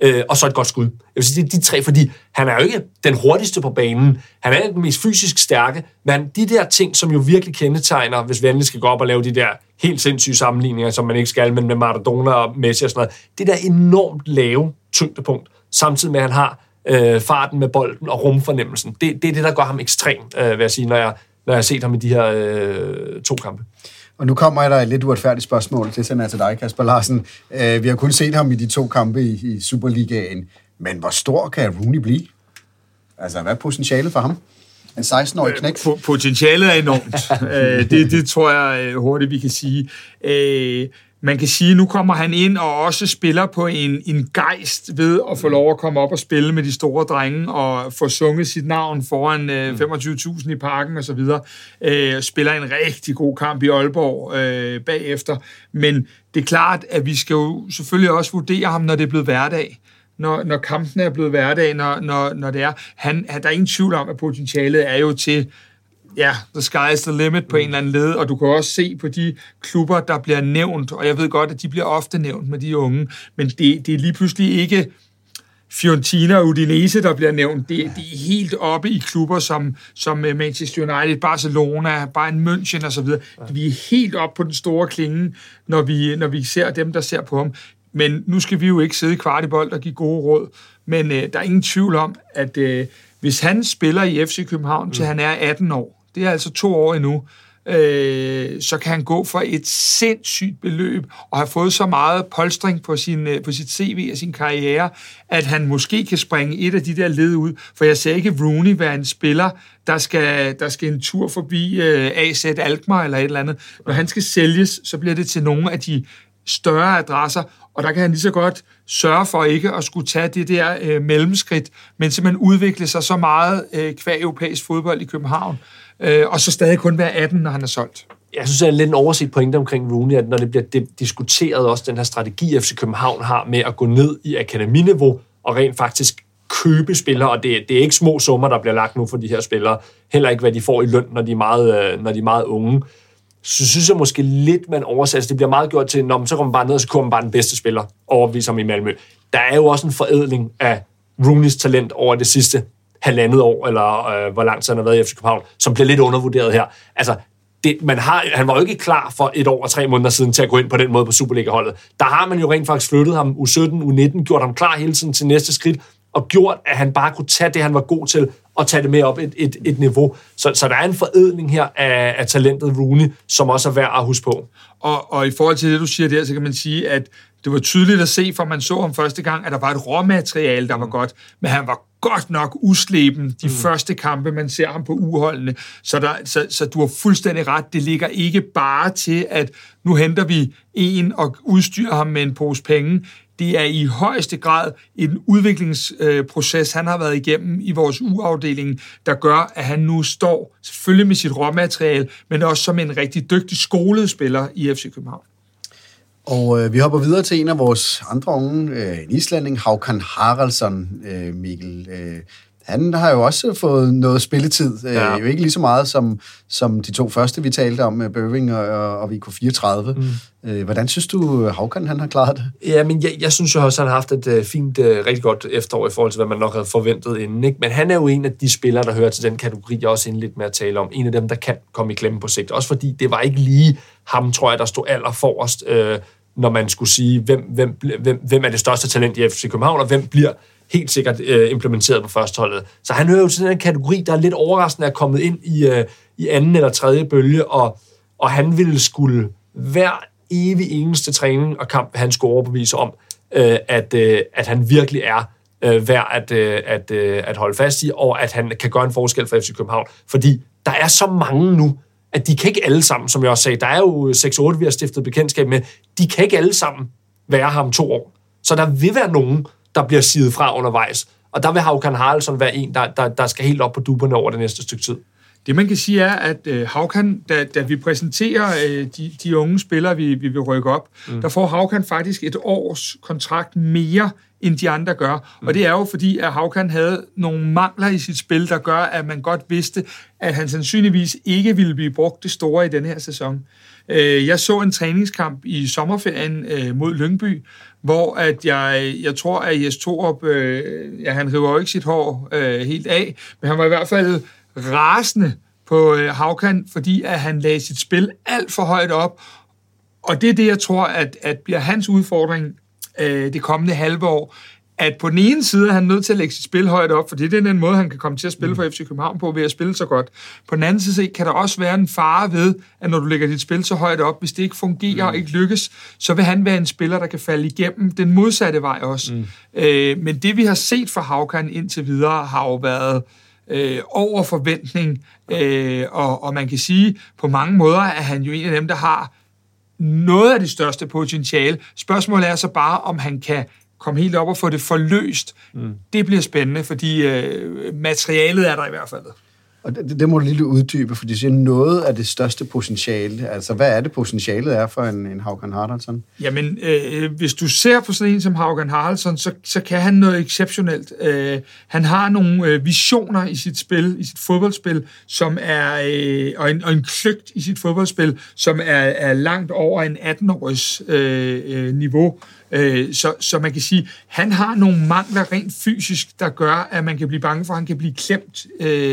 og så et godt skud. Jeg vil sige, det er de tre, fordi han er jo ikke den hurtigste på banen. Han er den mest fysisk stærke, men de der ting, som jo virkelig kendetegner, hvis vi endelig skal gå op og lave de der helt sindssyge sammenligninger, som man ikke skal, men med Maradona og Messi og sådan noget, det der enormt lave tyngdepunkt, samtidig med, at han har farten med bolden og rumfornemmelsen. Det er det, der gør ham ekstrem, vil jeg sige, når jeg har set ham i de her 2 kampe. Og nu kommer der et lidt uretfærdigt spørgsmål. Det sender jeg til dig, Kasper Larsen. Vi har kun set ham i de 2 kampe i Superligaen. Men hvor stor kan Rooney blive? Altså, hvad er potentialet for ham? En 16-årig knæk? Potentialet er enormt. Det tror jeg hurtigt, vi kan sige. Man kan sige, at nu kommer han ind og også spiller på en gejst ved at få lov at komme op og spille med de store drenge og få sunget sit navn foran 25.000 i parken og så videre. Spiller en rigtig god kamp i Aalborg bagefter. Men det er klart, at vi skal jo selvfølgelig også vurdere ham, når det er blevet hverdag. Når kampen er blevet hverdag, når det er. Der er ingen tvivl om, at potentialet er jo til... Ja, the sky is the limit på en eller anden led, og du kan også se på de klubber, der bliver nævnt, og jeg ved godt, at de bliver ofte nævnt med de unge, men det er lige pludselig ikke Fiorentina og Udinese, der bliver nævnt. Det er helt oppe i klubber som Manchester United, Barcelona, Bayern München osv. Vi er helt oppe på den store klinge, når vi ser dem, der ser på ham. Men nu skal vi jo ikke sidde i Kvartibold og give gode råd, men der er ingen tvivl om, at hvis han spiller i FC København til han er 18 år, det er altså 2 år endnu, så kan han gå for et sindssygt beløb og have fået så meget polstring på sit CV og sin karriere, at han måske kan springe et af de der led ud. For jeg ser ikke Rooney være en spiller, der skal en tur forbi AZ Alkmaar eller et eller andet. Når han skal sælges, så bliver det til nogle af de større adresser, og der kan han lige så godt sørge for ikke at skulle tage det der mellemskridt, men simpelthen udvikle sig så meget kvad europæisk fodbold i København, og så stadig kun være 18, når han er solgt. Jeg synes, det er lidt en overset pointe omkring Rooney, at når det bliver diskuteret også, den her strategi, FC København har med at gå ned i akademiniveau og rent faktisk købe spillere, og det er ikke små summer, der bliver lagt nu for de her spillere, heller ikke hvad de får i løn, når de er meget unge. Så synes jeg måske lidt, man oversætter. Det bliver meget gjort til, når man så kommer bare ned, og så kommer man bare den bedste spiller, overbevist som i Malmø. Der er jo også en forædling af Rooneys talent over det sidste 1,5 år, eller hvor lang tid han har været i FC København, som bliver lidt undervurderet her. Altså, han var jo ikke klar for 1 år og 3 måneder siden til at gå ind på den måde på Superliga-holdet. Der har man jo rent faktisk flyttet ham U17, U19, gjort ham klar hele tiden til næste skridt, og gjort, at han bare kunne tage det, han var god til, og tage det med op et niveau. Så der er en forædling her af talentet Rooney, som også er værd at huske på. Og i forhold til det, du siger der, så kan man sige, at det var tydeligt at se, for man så ham første gang, at der var et råmateriale, der var godt, men han var godt nok usleben de første kampe, man ser ham på uholdene. Så du har fuldstændig ret. Det ligger ikke bare til, at nu henter vi en og udstyrer ham med en pose penge. Det er i højeste grad en udviklingsproces, han har været igennem i vores U-afdeling, der gør, at han nu står selvfølgelig med sit råmateriale, men også som en rigtig dygtig skolespiller i FC København. Og vi hopper videre til en af vores andre unge, en islænding, Hákon Haraldsson, Mikkel. Han har jo også fået noget spilletid. Ja. Jo ikke lige så meget som de 2 første, vi talte om, Bøving og VK34. Hvordan synes du, Hákon, han har klaret det? Ja, men jeg synes jo også, han har haft et fint, rigtig godt efterår i forhold til, hvad man nok havde forventet inden. Ikke? Men han er jo en af de spillere, der hører til den kategori, jeg også lidt med at tale om. En af dem, der kan komme i klemme på sigt. Også fordi det var ikke lige ham, tror jeg, der stod allerforrest, når man skulle sige, hvem er det største talent i FC København, og hvem bliver helt sikkert implementeret på førsteholdet. Så han hører jo til den kategori, der er lidt overraskende er kommet ind i anden eller tredje bølge, og han ville skulle hver evig eneste træning og kamp, han skulle overbevise om, at han virkelig er værd at holde fast i, og at han kan gøre en forskel for FC København. Fordi der er så mange nu, at de kan ikke alle sammen, som jeg også sagde, der er jo 6-8, vi har stiftet bekendtskab med, de kan ikke alle sammen være her om 2 år. Så der vil være nogen, der bliver sidet fra undervejs. Og der vil Hákon Haraldsson være en, der skal helt op på duberne over det næste stykke tid. Det man kan sige er, at Haukan, da vi præsenterer de unge spillere, vi vil rykke op, der får Haukan faktisk et års kontrakt mere, end de andre gør. Og det er jo fordi, at Haukan havde nogle mangler i sit spil, der gør, at man godt vidste, at han sandsynligvis ikke ville blive brugt det store i den her sæson. Jeg så en træningskamp i sommerferien mod Lyngby, hvor at jeg tror, at Jes Torup, han river jo ikke sit hår helt af, men han var i hvert fald rasende på Haukan, fordi at han lagde sit spil alt for højt op. Og det er det, jeg tror, at bliver hans udfordring det kommende halve år, at på den ene side er han nødt til at lægge sit spil højt op, for det er den måde, han kan komme til at spille for FC København på, ved at spille så godt. På den anden side kan der også være en fare ved, at når du lægger dit spil så højt op, hvis det ikke fungerer og ikke lykkes, så vil han være en spiller, der kan falde igennem den modsatte vej også. Men det, vi har set fra Haukan indtil videre, har jo været over forventning, og man kan sige, på mange måder er han jo en af dem, der har noget af det største potentiale. Spørgsmålet er så bare, om han kan komme helt op og få det forløst. Det bliver spændende, fordi materialet er der i hvert fald. Og det må du lige uddybe, for du siger noget af det største potentiale. Altså, hvad er det potentialet er for en Haukan Haraldsson? Jamen, hvis du ser på sådan en som Haukan Haraldsson, så kan han noget exceptionelt. Han har nogle visioner i sit spil, i sit fodboldspil, som er og en kløgt i sit fodboldspil, som er langt over en 18-årigs niveau. Så man kan sige, han har nogle mangler rent fysisk, der gør, at man kan blive bange for, at han kan blive klemt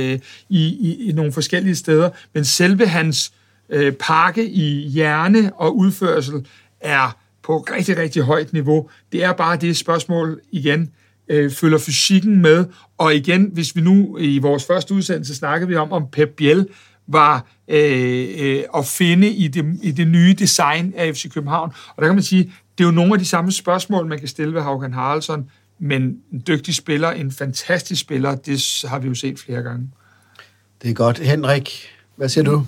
i nogle forskellige steder. Men selve hans pakke i hjerne og udførsel er på rigtig, rigtig højt niveau. Det er bare det spørgsmål igen. Følger fysikken med? Og igen, hvis vi nu i vores første udsendelse snakkede vi om Pep Biel var at finde i det nye design af FC København. Og der kan man sige, det er jo nogle af de samme spørgsmål, man kan stille ved Haukan Haraldsson, men en dygtig spiller, en fantastisk spiller, det har vi jo set flere gange. Det er godt. Henrik, hvad siger du?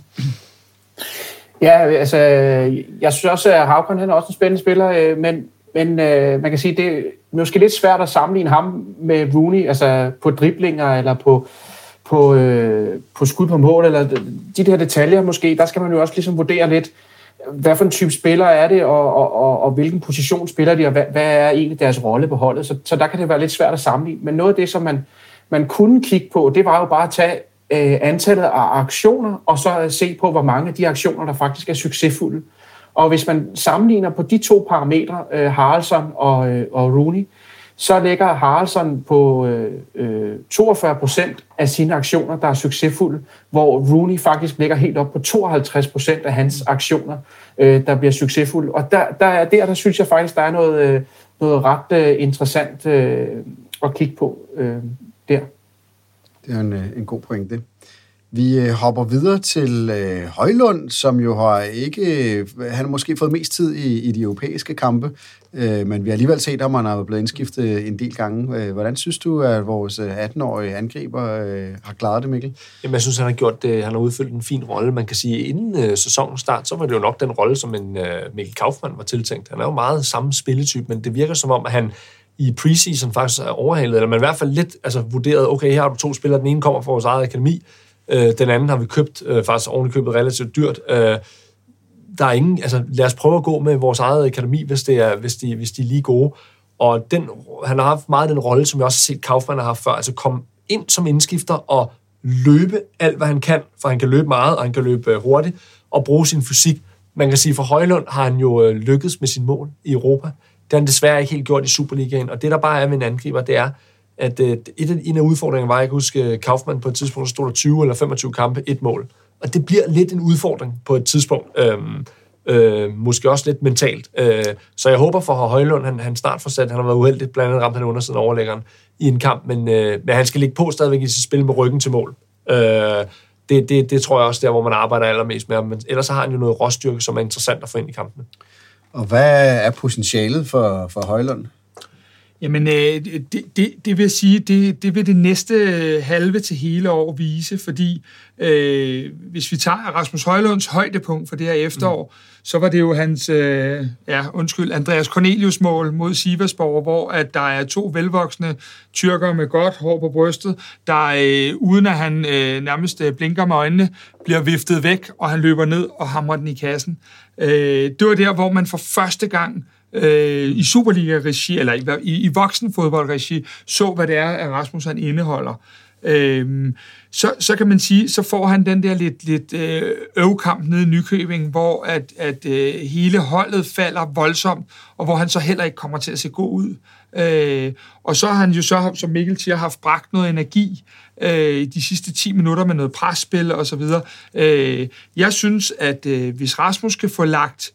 Ja, altså, jeg synes også, at Haukan han er også en spændende spiller, men man kan sige, det er måske lidt svært at sammenligne ham med Rooney, altså på driblinger eller på skud på mål, eller de der detaljer måske, der skal man jo også ligesom vurdere lidt, hvad for en type spiller er det, og hvilken position spiller de, og hvad er egentlig deres rolle på holdet. Så der kan det være lidt svært at sammenligne. Men noget af det, som man kunne kigge på, det var jo bare at tage antallet af aktioner, og så se på, hvor mange af de aktioner, der faktisk er succesfulde. Og hvis man sammenligner på de to parametre, Haraldsson og Rooney, så ligger Haraldsson på 42% af sine aktioner, der er succesfulde, hvor Rooney faktisk ligger helt op på 52% af hans aktioner, der bliver succesfulde. Og der synes jeg faktisk, der er noget ret interessant at kigge på der. Det er en god pointe. Vi hopper videre til Højlund, som jo han har måske fået mest tid i de europæiske kampe, men vi har alligevel set, at han er blevet indskiftet en del gange. Hvordan synes du, at vores 18-årige angriber har klaret det, Mikkel? Jamen, jeg synes, han har gjort det. Han har udfyldt en fin rolle. Man kan sige, at inden sæsonens start, så var det jo nok den rolle, som en Mikkel Kaufmann var tiltænkt. Han er jo meget samme spilletype, men det virker som om, at han i preseason faktisk er overhalet, eller man i hvert fald lidt vurderet, okay, her har du to spillere, den ene kommer fra vores eget akademi, den anden har vi købt, faktisk ovenikøbet relativt dyrt. Der er ingen, lad os prøve at gå med vores eget akademi, hvis de er lige gode. Og han har haft meget den rolle, som jeg også har set Kaufmann har haft før, altså komme ind som indskifter og løbe alt, hvad han kan, for han kan løbe meget, og han kan løbe hurtigt, og bruge sin fysik. Man kan sige, for Højlund har han jo lykkedes med sin mål i Europa. Det har han desværre ikke helt gjort i Superligaen, og det der bare er med en angriber, det er, at en af udfordringerne var, jeg kan huske, Kaufmann på et tidspunkt, så stod der 20 eller 25 kampe, et mål. Og det bliver lidt en udfordring på et tidspunkt. Måske også lidt mentalt. Så jeg håber for Højlund, han snart får sat, han har været uheldig, blandt andet ramt han undersiden overlæggeren i en kamp, men han skal ligge på stadigvæk i sit spil med ryggen til mål. Det tror jeg også der, hvor man arbejder allermest med, men ellers så har han jo noget råstyrke, som er interessant at få ind i kampene. Og hvad er potentialet for Højlund? Jamen, det vil sige, det vil det næste halve til hele år vise, fordi hvis vi tager Rasmus Højlunds højdepunkt for det her efterår, så var det jo hans, Andreas Cornelius mål mod Sivasborg, hvor at der er 2 velvoksne tyrkere med godt hår på brystet, der uden at han nærmest blinker med øjnene, bliver viftet væk, og han løber ned og hamrer den i kassen. Det var der, hvor man for første gang i Superliga-regi, eller i voksenfodboldregi, så hvad det er, at Rasmus han indeholder. Så kan man sige, så får han den der lidt øvkamp nede i Nykøbing, hvor at hele holdet falder voldsomt, og hvor han så heller ikke kommer til at se god ud. Og så har han jo så, som Mikkel siger, haft bragt noget energi de sidste 10 minutter med noget presspil og så videre. Jeg synes, at hvis Rasmus kan få lagt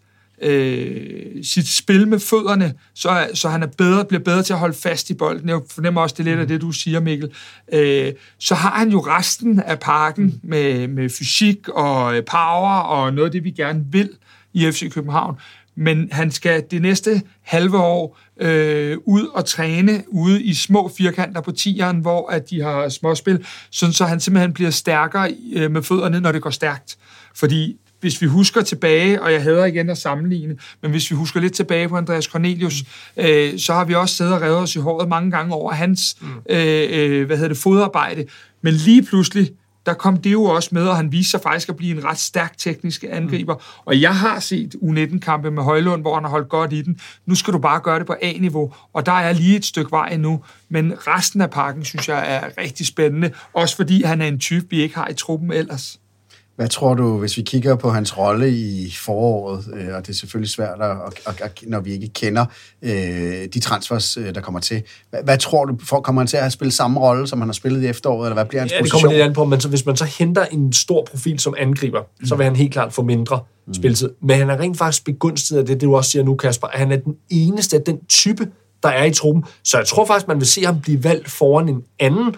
sit spil med fødderne, så han bliver bedre til at holde fast i bolden. Jeg fornemmer også, det lidt af det, du siger, Mikkel. Så har han jo resten af pakken med fysik og power og noget af det, vi gerne vil i FC København. Men han skal det næste halve år ud og træne ude i små firkanter på 10'eren, hvor at de har småspil, sådan så han simpelthen bliver stærkere med fødderne, når det går stærkt. Fordi hvis vi husker tilbage, og jeg hader igen at sammenligne, men hvis vi husker lidt tilbage på Andreas Cornelius, så har vi også siddet og revet os i håret mange gange over hans fodarbejde. Men lige pludselig, der kom det jo også med, og han viste sig faktisk at blive en ret stærk teknisk angriber. Og jeg har set U19-kampe med Højlund, hvor han har holdt godt i den. Nu skal du bare gøre det på A-niveau, og der er lige et stykke vej endnu. Men resten af pakken, synes jeg, er rigtig spændende. Også fordi han er en type, vi ikke har i truppen ellers. Hvad tror du, hvis vi kigger på hans rolle i foråret, og det er selvfølgelig svært, når vi ikke kender de transfers, der kommer til. Hvad tror du, kommer han til at spille samme rolle, som han har spillet i efteråret, eller hvad bliver hans position? Det kommer lidt an på, men hvis man så henter en stor profil som angriber, så vil han helt klart få mindre spilletid. Men han er rent faktisk begunstiget af det du også siger nu, Kasper, at han er den eneste af den type, der er i truppen. Så jeg tror faktisk, man vil se ham blive valgt foran en anden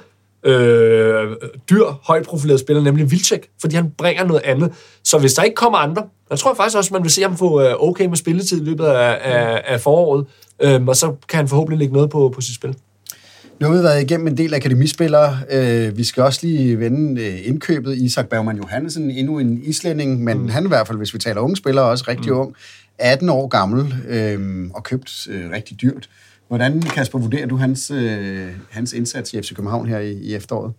dyr, højt profileret spiller, nemlig Wilczek, fordi han bringer noget andet. Så hvis der ikke kommer andre, jeg tror faktisk også, man vil se ham få okay med spilletid i løbet af foråret, og så kan han forhåbentlig lægge noget på sit spil. Nu har vi været igennem en del akademispillere. Vi skal også lige vende indkøbet. Isak Bergman Johansen, endnu en islænding, men han i hvert fald, hvis vi taler unge spillere, også rigtig ung, 18 år gammel og købt rigtig dyrt. Hvordan, Kasper, vurderer du hans indsats i FC København her i efteråret?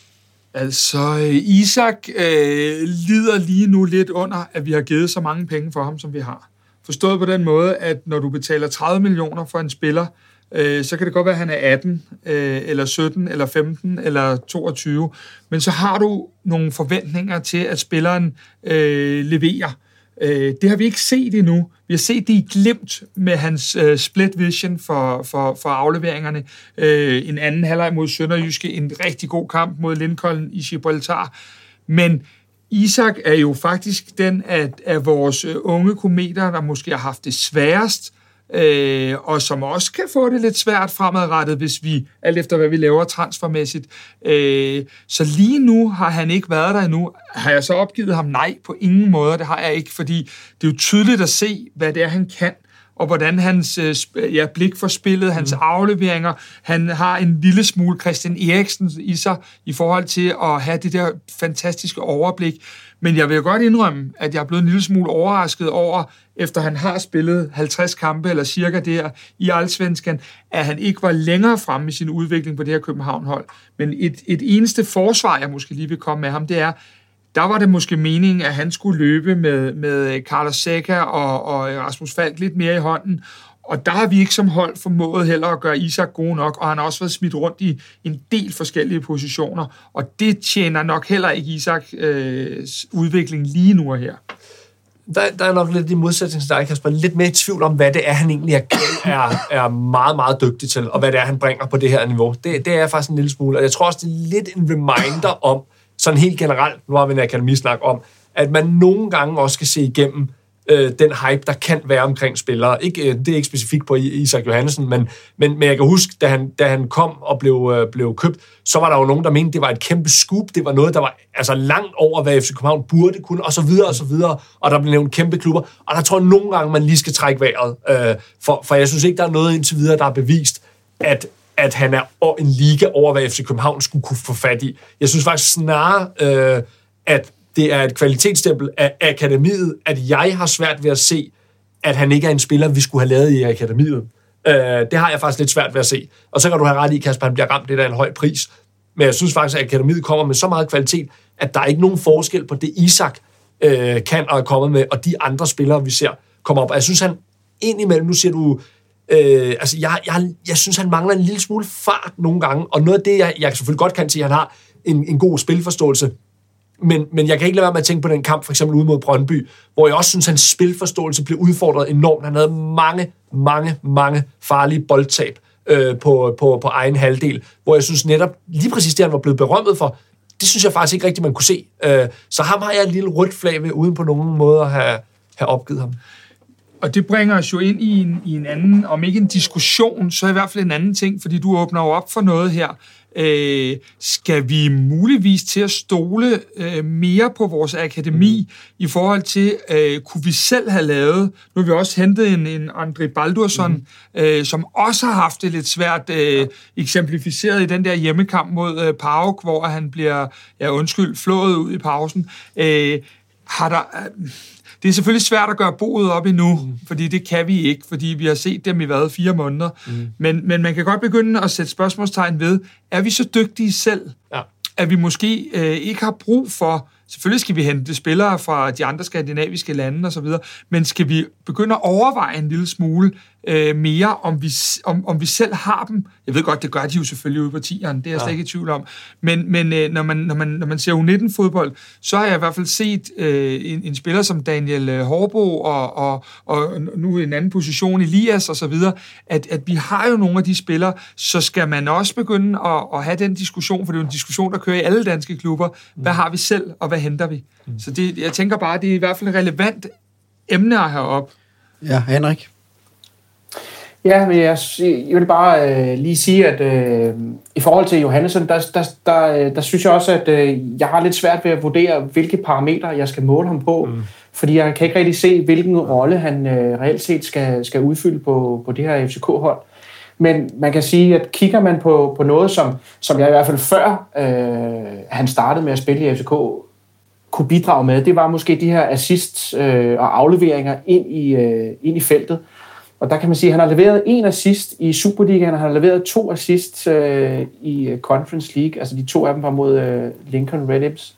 Altså, Isak lider lige nu lidt under, at vi har givet så mange penge for ham, som vi har. Forstået på den måde, at når du betaler 30 millioner for en spiller, så kan det godt være, at han er 18, eller 17, eller 15, eller 22, men så har du nogle forventninger til, at spilleren leverer. Det har vi ikke set endnu. Vi har set det i glimt med hans split vision for afleveringerne. En anden halvleg mod Sønderjyske, en rigtig god kamp mod Lincoln i Gibraltar. Men Isak er jo faktisk den af vores unge kometer, der måske har haft det sværest, og som også kan få det lidt svært fremadrettet, hvis vi, alt efter hvad vi laver transfermæssigt. Så lige nu har han ikke været der endnu. Har jeg så opgivet ham? Nej, på ingen måde. Det har jeg ikke, fordi det er jo tydeligt at se, hvad det er, han kan, og hvordan hans blik for spillet, hans afleveringer, han har en lille smule Christian Eriksen i sig, i forhold til at have det der fantastiske overblik. Men jeg vil godt indrømme, at jeg er blevet en lille smule overrasket over, efter han har spillet 50 kampe, eller cirka der, i Allsvenskan, at han ikke var længere fremme i sin udvikling på det her København-hold. Men et eneste forsvar, jeg måske lige vil komme med ham, det er, der var det måske meningen, at han skulle løbe med Carlos Seca og Rasmus Falk lidt mere i hånden, og der har vi ikke som hold formået heller at gøre Isak god nok, og han har også været smidt rundt i en del forskellige positioner, og det tjener nok heller ikke Isaks udvikling lige nu og her. Der er nok lidt i modsætning til dig, Kasper, lidt mere i tvivl om, hvad det er, han egentlig er meget, meget dygtig til, og hvad det er, han bringer på det her niveau. Det er faktisk en lille smule, og jeg tror også, det er lidt en reminder om, sådan helt generelt, nu har vi en akademisnak om, at man nogle gange også skal se igennem den hype, der kan være omkring spillere. Det er ikke specifikt på Isak Johansen, men jeg kan huske, da han kom og blev købt, så var der jo nogen, der mente, det var et kæmpe scoop. Det var noget, der var altså langt over, hvad FC København burde kunne, og så videre, og der blev nævnt kæmpe klubber. Og der tror jeg nogle gange, man lige skal trække vejret. For jeg synes ikke, der er noget indtil videre, der er bevist, at han er en liga over, hvad FC København skulle kunne få fat i. Jeg synes faktisk snarere, at det er et kvalitetsstempel af akademiet, at jeg har svært ved at se, at han ikke er en spiller, vi skulle have lavet i akademiet. Det har jeg faktisk lidt svært ved at se. Og så kan du have ret i, Kasper, han bliver ramt, det der er en høj pris. Men jeg synes faktisk, at akademiet kommer med så meget kvalitet, at der er ikke nogen forskel på det, Isak kan og er kommet med, og de andre spillere, vi ser, kommer op. Og jeg synes, han indimellem, nu siger du, jeg synes, han mangler en lille smule fart nogle gange, og noget af det, jeg selvfølgelig godt kan sige, at han har en god spilforståelse, men jeg kan ikke lade være med at tænke på den kamp, for eksempel ude mod Brøndby, hvor jeg også synes, at hans spilforståelse blev udfordret enormt. Han havde mange farlige boldtab på egen halvdel, hvor jeg synes netop, lige præcis det, han var blevet berømmet for, det synes jeg faktisk ikke rigtigt, man kunne se. Så ham har jeg et lille rødt flag ved, uden på nogen måde at have opgivet ham. Og det bringer os jo ind i en anden, om ikke en diskussion, så i hvert fald en anden ting, fordi du åbner jo op for noget her. Skal vi muligvis til at stole mere på vores akademi i forhold til, kunne vi selv have lavet, nu har vi også hentet en André Baldursson, som også har haft det lidt svært eksemplificeret i den der hjemmekamp mod PAOK, hvor han bliver, flået ud i pausen. Det er selvfølgelig svært at gøre boet op endnu, fordi det kan vi ikke, fordi vi har set dem i 4 måneder. Men man kan godt begynde at sætte spørgsmålstegn ved, er vi så dygtige selv, at vi måske ikke har brug for, selvfølgelig skal vi hente spillere fra de andre skandinaviske lande osv., men skal vi begynde at overveje en lille smule mere, om vi selv har dem. Jeg ved godt, det gør de jo selvfølgelig ude på 10'eren, det er jeg slet ikke i tvivl om. Men når man ser U19-fodbold, så har jeg i hvert fald set en spiller som Daniel Horbo og nu en anden position, Elias og så videre, at vi har jo nogle af de spillere, så skal man også begynde at have den diskussion, for det er jo en diskussion, der kører i alle danske klubber. Hvad har vi selv, og hvad henter vi? Så jeg tænker bare, det er i hvert fald et relevant emne at have op. Ja, Henrik? Ja, men jeg vil bare lige sige, at i forhold til Johannesson, der synes jeg også, at jeg har lidt svært ved at vurdere, hvilke parametre jeg skal måle ham på, fordi jeg kan ikke rigtig se, hvilken rolle han reelt set skal udfylde på det her FCK-hold. Men man kan sige, at kigger man på noget, som jeg i hvert fald før han startede med at spille i FCK, kunne bidrage med, det var måske de her assists og afleveringer ind i feltet. Og der kan man sige, at han har leveret 1 assist i Superligaen, og han har leveret 2 assists i Conference League. Altså de 2 af dem var mod Lincoln Red Imps.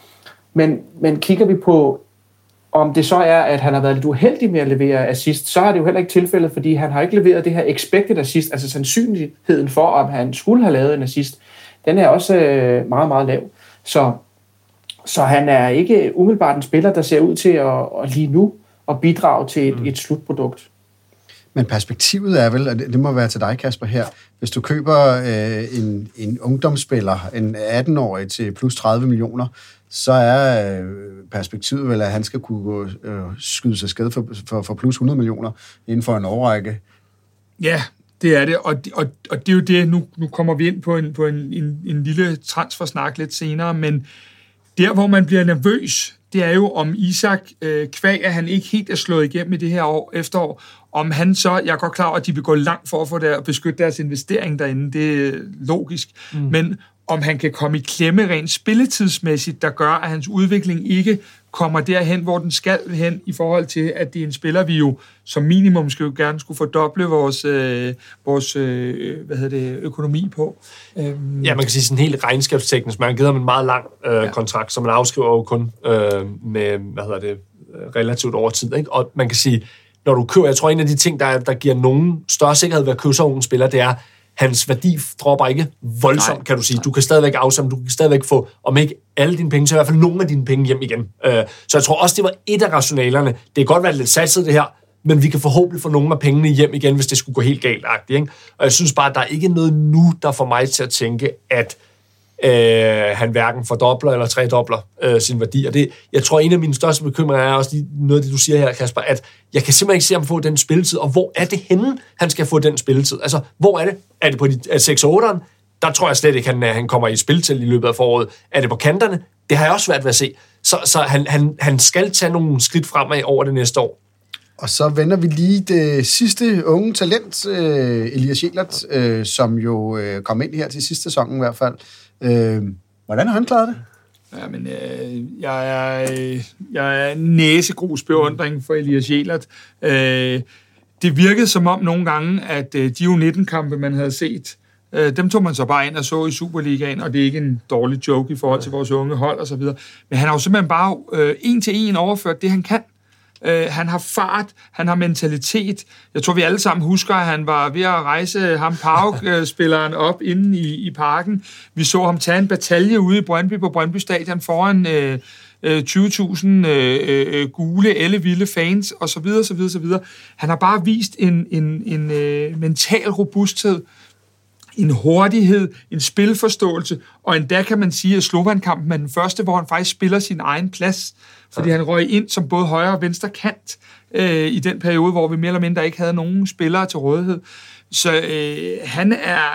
Men kigger vi på, om det så er, at han har været lidt uheldig med at levere assist, så er det jo heller ikke tilfældet, fordi han har ikke leveret det her expected assist, altså sandsynligheden for, om han skulle have lavet en assist, den er også meget, meget lav. Så han er ikke umiddelbart en spiller, der ser ud til at lige nu at bidrage til et slutprodukt. Men perspektivet er vel, og det må være til dig, Kasper, her. Hvis du køber en ungdomsspiller, en 18-årig til plus 30 millioner, så er perspektivet vel, at han skal kunne skyde sig skade for plus 100 millioner inden for en årrække. Ja, det er det, og det er jo det, nu kommer vi ind på en lille transfersnak lidt senere, men der, hvor man bliver nervøs, det er jo, om Isak kvæg, at han ikke helt er slået igennem i det her efterår, om han så, jeg er godt klar over, at de vil gå langt for at få at beskytte deres investering derinde, det er logisk, men om han kan komme i klemme rent spilletidsmæssigt, der gør, at hans udvikling ikke kommer derhen, hvor den skal hen, i forhold til, at det er en spiller, vi jo som minimum skulle fordoble vores økonomi på. Ja, man kan sige sådan helt regnskabsteknisk. Man har givet ham en meget lang kontrakt, som man afskriver jo kun med, relativt over tid. Ikke? Og man kan sige, når du køber, jeg tror, en af de ting, der giver nogen større sikkerhed ved at købe sådan en spiller, det er, hans værdi dropper ikke voldsomt, kan du sige. Du kan stadigvæk afsamle, du kan stadigvæk få, om ikke alle dine penge, så i hvert fald nogle af dine penge hjem igen. Så jeg tror også, det var et af rationalerne. Det kan godt være lidt satset det her, men vi kan forhåbentlig få nogle af pengene hjem igen, hvis det skulle gå helt galt. Ikke? Og jeg synes bare, at der er ikke noget nu, der får mig til at tænke, at han hverken fordobler eller tredobler sin værdi. Og det, jeg tror, en af mine største bekymringer er også noget af det, du siger her, Kasper, at jeg kan simpelthen ikke se ham få den spilletid, og hvor er det henne, han skal få den spilletid? Altså, hvor er det? Er det på de 6-8'eren? Der tror jeg slet ikke, han kommer i spil til i løbet af foråret. Er det på kanterne? Det har jeg også svært ved at se. Så han skal tage nogle skridt fremad over det næste år. Og så vender vi lige det sidste unge talent, Elias Schälert, som jo kom ind her til sidste sæson i hvert fald. Hvordan har han klaret det? Ja, men jeg er næsegrus beundring for Elias Schälert. Det virkede som om nogle gange, at de U19-kampe, man havde set, dem tog man så bare ind og så i Superligaen, og det er ikke en dårlig joke i forhold til vores unge hold og så videre. Men han har jo simpelthen bare en til en overført det, han kan. Han har fart, han har mentalitet. Jeg tror, vi alle sammen husker, at han var ved at rejse ham Pauk-spilleren op inde i parken. Vi så ham tage en batalje ude i Brøndby på Brøndby Stadion foran 20.000 gule, ellevilde fans, og så videre, så videre, så videre. Han har bare vist en mental robusthed, en hurtighed, en spilforståelse, og endda kan man sige, at Slovan-kampen er den første, hvor han faktisk spiller sin egen plads, fordi han røg ind som både højre og venstre kant i den periode, hvor vi mere eller mindre ikke havde nogen spillere til rådighed. Så han er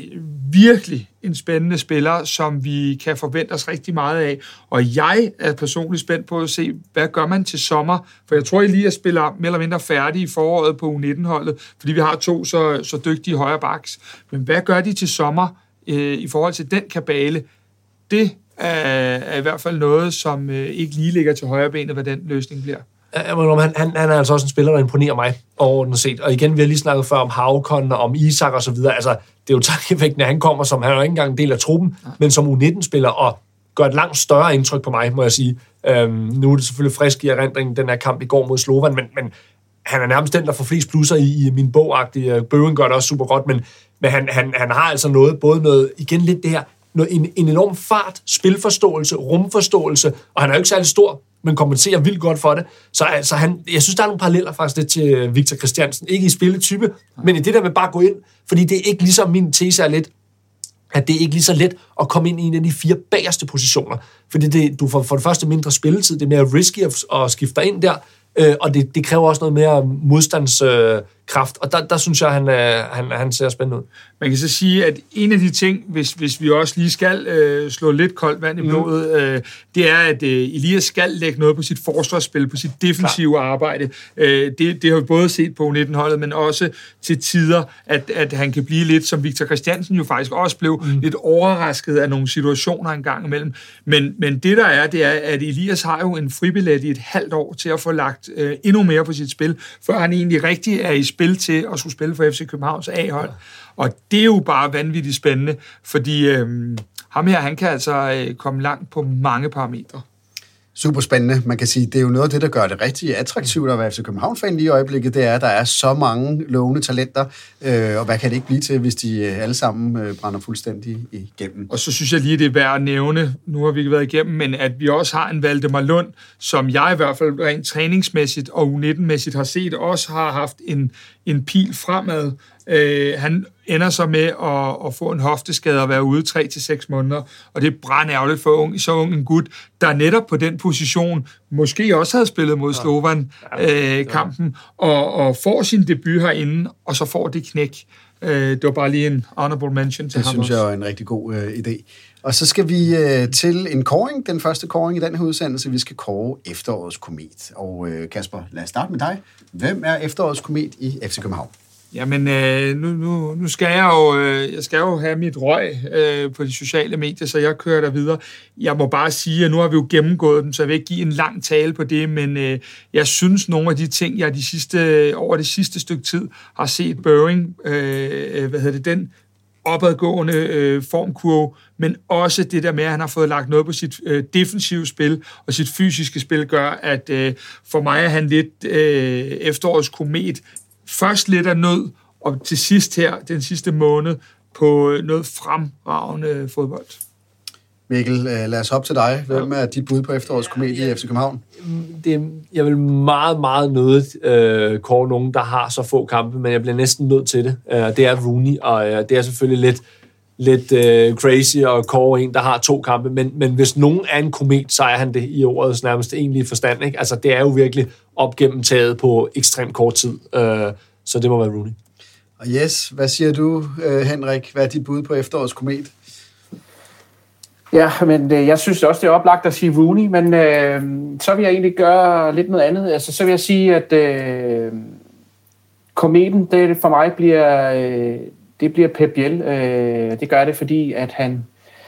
virkelig en spændende spiller, som vi kan forvente os rigtig meget af. Og jeg er personligt spændt på at se, hvad gør man til sommer? For jeg tror, Elias spiller mere eller mindre færdig i foråret på U19-holdet, fordi vi har 2 så dygtige højre backs. Men hvad gør de til sommer i forhold til den kabale? Det er i hvert fald noget, som ikke lige ligger til højre benet, hvad den løsning bliver. Han er altså også en spiller, der imponerer mig overordnet set. Og igen, vi har lige snakket før om Havkon og om Isak og så videre. Altså, det er jo tankevækkende, at han kommer som, han er jo ikke engang en del af truppen, men som U19-spiller, og gør et langt større indtryk på mig, må jeg sige. Nu er det selvfølgelig frisk i erindringen, den her kamp i går mod Slovan, men han er nærmest den, der får flest plusser i min bog-agtige. Bøven gør det også super godt, men han har altså noget, igen lidt det her, en enorm fart, spilforståelse, rumforståelse, og han er jo ikke særlig stor, men kompenserer vildt godt for det. Så altså, jeg synes, der er nogle paralleller faktisk lidt til Victor Christiansen. Ikke i spilletype, men i det der med bare at gå ind, fordi det er ikke ligesom min tese er lidt, at det er ikke lige så let at komme ind i en af de 4 bagerste positioner. Fordi du får for det første mindre spilletid, det er mere risky at skifte ind der, og det kræver også noget mere modstandskraft, og der synes jeg, han ser spændende ud. Man kan så sige, at en af de ting, hvis vi også lige skal slå lidt koldt vand i blodet, det er, at Elias skal lægge noget på sit forsvarsspil, på sit defensive arbejde. Det har vi både set på U19-holdet, men også til tider, at han kan blive lidt, som Victor Christiansen jo faktisk også blev, lidt overrasket af nogle situationer en gang imellem. Men det der er, det er, at Elias har jo en fribillet i et halvt år til at få lagt endnu mere på sit spil, før han egentlig rigtig er i spil til at skulle spille for FC Københavns A-hold. Og det er jo bare vanvittigt spændende, fordi ham her, han kan altså komme langt på mange parametre. Super spændende. Man kan sige, det er jo noget af det, der gør det rigtig attraktivt at være FC København-fan lige i øjeblikket, det er, at der er så mange lovende talenter, og hvad kan det ikke blive til, hvis de alle sammen brænder fuldstændig igennem. Og så synes jeg lige, det er værd at nævne, nu har vi ikke været igennem, men at vi også har en Valdemar Lund, som jeg i hvert fald rent træningsmæssigt og U19-mæssigt har set, også har haft en pil fremad. Han ender så med at få en hofteskade og være ude 3 til 6 måneder, og det er brandærgerligt for så ung en gut, der netop på den position måske også havde spillet mod Slovan-kampen, og får sin debut herinde, og så får det knæk. Det var bare lige en honorable mention til ham. Det synes jeg er en rigtig god idé. Og så skal vi til en kåring, den første kåring i den her udsendelse. Vi skal kåre efterårets komet. Og Kasper, lad os starte med dig. Hvem er efterårets komet i FC København? Jamen, nu skal jeg jo have mit røg på de sociale medier, så jeg kører der videre. Jeg må bare sige, at nu har vi jo gennemgået den, så jeg vil ikke give en lang tale på det, men jeg synes, nogle af de ting, jeg over det sidste stykke tid har set Børing, den opadgående formkurve, men også det der med, at han har fået lagt noget på sit defensive spil, og sit fysiske spil gør, at for mig er han lidt efterårets komet. Først lidt af nød, og til sidst her, den sidste måned, på noget fremragende fodbold. Mikkel, lad os hoppe til dig. Hvem er dit bud på efterårets komet i FC København? Jeg vil meget, meget nødigt kåre nogen, der har så få kampe, men jeg bliver næsten nødt til det. Det er Rooney, og det er selvfølgelig lidt crazy at kåre en, der har 2 kampe, men hvis nogen er en komet, så er han det i ordets nærmest egentlige forstand. Ikke? Altså, det er jo virkelig opgennemtaget på ekstremt kort tid, så det må være Rooney. Og yes, hvad siger du, Henrik? Hvad er dit bud på efterårets komet? Ja, men jeg synes også, det er oplagt at sige Rooney, men så vil jeg egentlig gøre lidt noget andet. Altså, så vil jeg sige, at kometen, det for mig bliver Pep Biel. Det gør det, fordi at han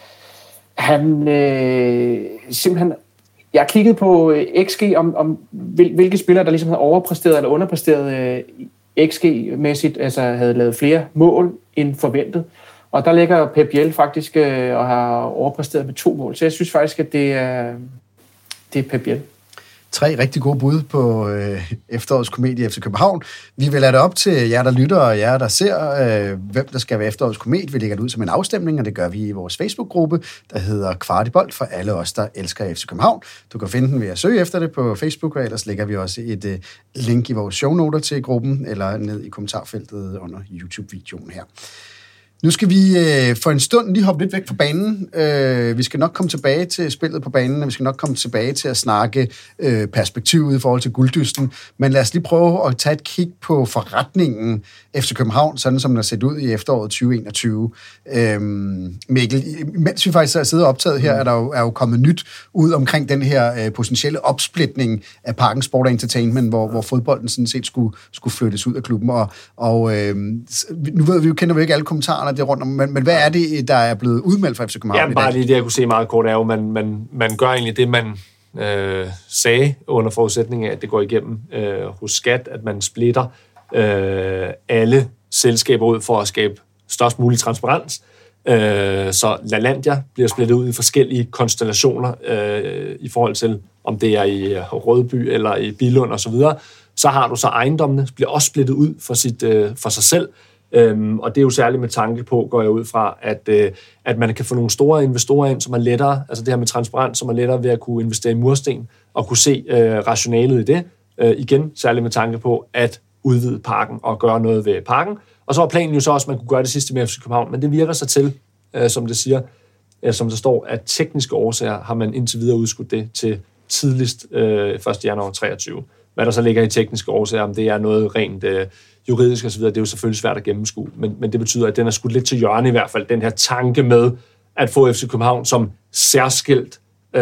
simpelthen... Jeg har kigget på XG, om hvilke spillere, der ligesom havde overpræsteret eller underpræsteret XG-mæssigt, altså havde lavet flere mål end forventet. Og der ligger Pep Biel faktisk og har overpræsteret med 2 mål. Så jeg synes faktisk, at det er Pep Biel. 3 rigtig gode bud på efterårets komedie i FC København. Vi vil lade det op til jer, der lytter, og jer, der ser, hvem der skal være efterårets komedie. Vi lægger det ud som en afstemning, og det gør vi i vores Facebook-gruppe, der hedder Kvartibold for alle os, der elsker FC København. Du kan finde den ved at søge efter det på Facebook, og ellers lægger vi også et link i vores shownoter til gruppen, eller ned i kommentarfeltet under YouTube-videoen her. Nu skal vi for en stund lige hoppe lidt væk fra banen. Vi skal nok komme tilbage til spillet på banen, og vi skal nok komme tilbage til at snakke perspektivet i forhold til gulddysten. Men lad os lige prøve at tage et kig på forretningen FC København, sådan som den har set ud i efteråret 2021. Mikkel, mens vi faktisk har siddet og optaget her, er jo kommet nyt ud omkring den her potentielle opsplitning af Parken Sport & Entertainment, hvor fodbolden sådan set skulle flyttes ud af klubben. Og nu ved vi jo, kender vi ikke alle kommentarerne det rundt om, men hvad er det, der er blevet udmeldt fra FC København? Ja, bare lige det, jeg kunne se meget kort, er jo, man gør egentlig det, man sagde under forudsætning af, at det går igennem hos Skat, at man splitter alle selskaber ud for at skabe størst mulig transparens. Så LaLandia bliver splittet ud i forskellige konstellationer i forhold til, om det er i Rødby eller i Billund osv. Så har du så ejendommene, bliver også splittet ud for sig selv. Og det er jo særligt med tanke på, går jeg ud fra, at man kan få nogle store investorer ind, som er lettere, altså det her med transparens, som er lettere ved at kunne investere i mursten og kunne se rationalet i det. Igen, særligt med tanke på at udvide parken og gøre noget ved parken. Og så var planen jo så også, at man kunne gøre det sidste med FC København, men det virker så til, som det siger, som der står, at tekniske årsager har man indtil videre udskudt det til tidligst 1. januar 23. Hvad der så ligger i tekniske årsager, om det er noget rent juridisk osv., det er jo selvfølgelig svært at gennemskue, men det betyder, at den er skudt lidt til hjørne i hvert fald, den her tanke med at få FC København som særskilt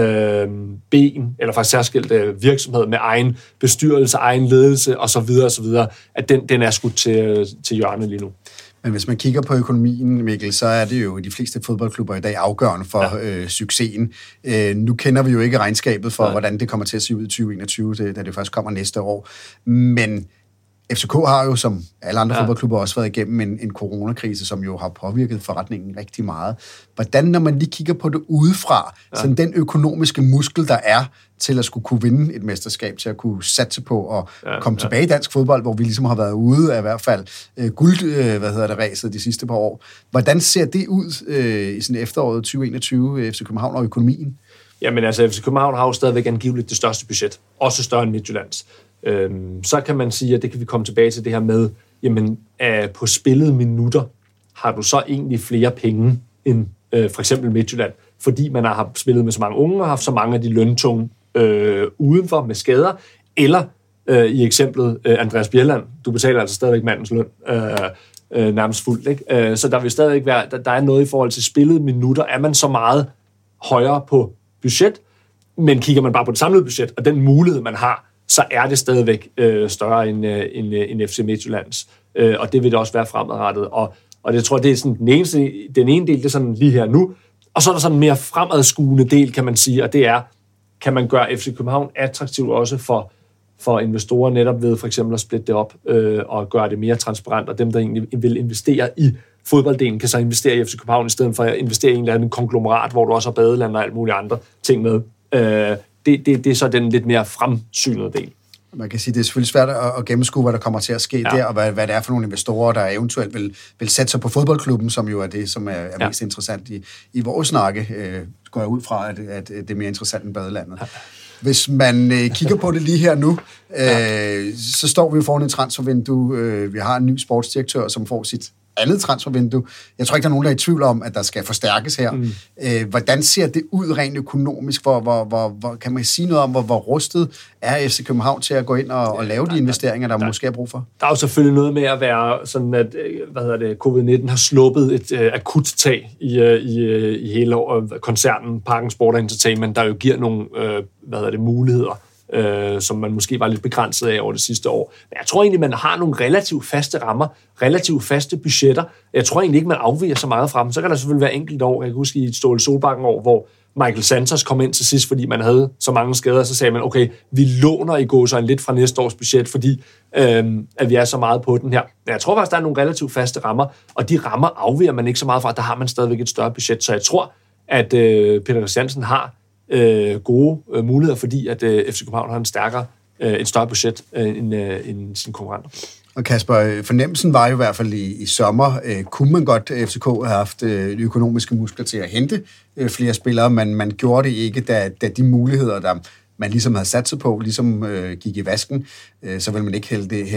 ben, eller faktisk særskilt virksomhed med egen bestyrelse, egen ledelse osv., at den er skudt til hjørne lige nu. Men hvis man kigger på økonomien, Mikkel, så er det jo de fleste fodboldklubber i dag afgørende for succesen. Nu kender vi jo ikke regnskabet for, hvordan det kommer til at se ud i 2021, da det først kommer næste år. Men FCK har jo, som alle andre fodboldklubber, også været igennem en coronakrise, som jo har påvirket forretningen rigtig meget. Hvordan, når man lige kigger på det udefra, sådan den økonomiske muskel, der er til at skulle kunne vinde et mesterskab, til at kunne satse på at komme tilbage i dansk fodbold, hvor vi ligesom har været ude af i hvert fald ræset de sidste par år. Hvordan ser det ud i sådan efteråret 2021 FC København og økonomien? Jamen altså, FC København har jo stadigvæk angiveligt det største budget, også større end Midtjyllands. Så kan man sige, at det kan vi komme tilbage til det her med, jamen på spillede minutter har du så egentlig flere penge end for eksempel Midtjylland, fordi man har spillet med så mange unge og haft så mange af de løntunge udenfor med skader, eller i eksemplet Andreas Bjelland, du betaler altså stadigvæk mandens løn nærmest fuldt, ikke? Så der vil stadigvæk være, der er noget i forhold til spillede minutter, er man så meget højere på budget, men kigger man bare på det samlede budget, og den mulighed, man har, så er det stadigvæk større end FC Midtjyllands. Og det vil det også være fremadrettet. Og det tror jeg, det er sådan den ene del, det er sådan lige her nu. Og så er der sådan en mere fremadskuende del, kan man sige, og det er, kan man gøre FC København attraktivt også for investorer netop ved for eksempel at splitte det op og gøre det mere transparent, og dem, der egentlig vil investere i fodbolddelen, kan så investere i FC København, i stedet for at investere i en eller anden konglomerat, hvor du også har badeland og alt muligt andre ting med. Det er så den lidt mere fremsynede del. Man kan sige, det er selvfølgelig svært at gennemskue, hvad der kommer til at ske der, og hvad det er for nogle investorer, der eventuelt vil sætte sig på fodboldklubben, som jo er det, som er mest interessant i vores snakke. Går jeg ud fra, at det er mere interessant end badelandet. Ja. Hvis man kigger på det lige her nu, så står vi jo foran et transfervindue. Vi har en ny sportsdirektør, som får sit andet transfervindue. Jeg tror ikke, der er nogen, der er i tvivl om, at der skal forstærkes her. Hvordan ser det ud rent økonomisk? Hvor kan man sige noget om, hvor rustet er FC København til at gå ind og lave de investeringer, der måske er brug for? Der er jo selvfølgelig noget med at være sådan, at covid-19 har sluppet et akut tag i hele koncernen Parken Sport & Entertainment, der jo giver nogle muligheder, som man måske var lidt begrænset af over det sidste år. Men jeg tror egentlig, man har nogle relativt faste rammer, relativt faste budgetter. Jeg tror egentlig ikke, man afviger så meget fra dem. Så kan der selvfølgelig være enkelt år. Jeg kan huske i et Ståle Solbakken-år, hvor Michael Santos kom ind til sidst, fordi man havde så mange skader, så sagde man, okay, vi låner i gåsøjne lidt fra næste års budget, fordi at vi er så meget på den her. Men jeg tror faktisk, der er nogle relativt faste rammer, og de rammer afviger man ikke så meget fra. Der har man stadigvæk et større budget, så jeg tror, at Peter Christiansen har gode muligheder, fordi at FC København har et større budget end sine konkurrenter. Og Kasper, fornemmelsen var jo i hvert fald i sommer, kunne man godt FCK have haft økonomiske muskler til at hente flere spillere, men man gjorde det ikke, da de muligheder, der man ligesom havde sat sig på, ligesom gik i vasken, så vil man ikke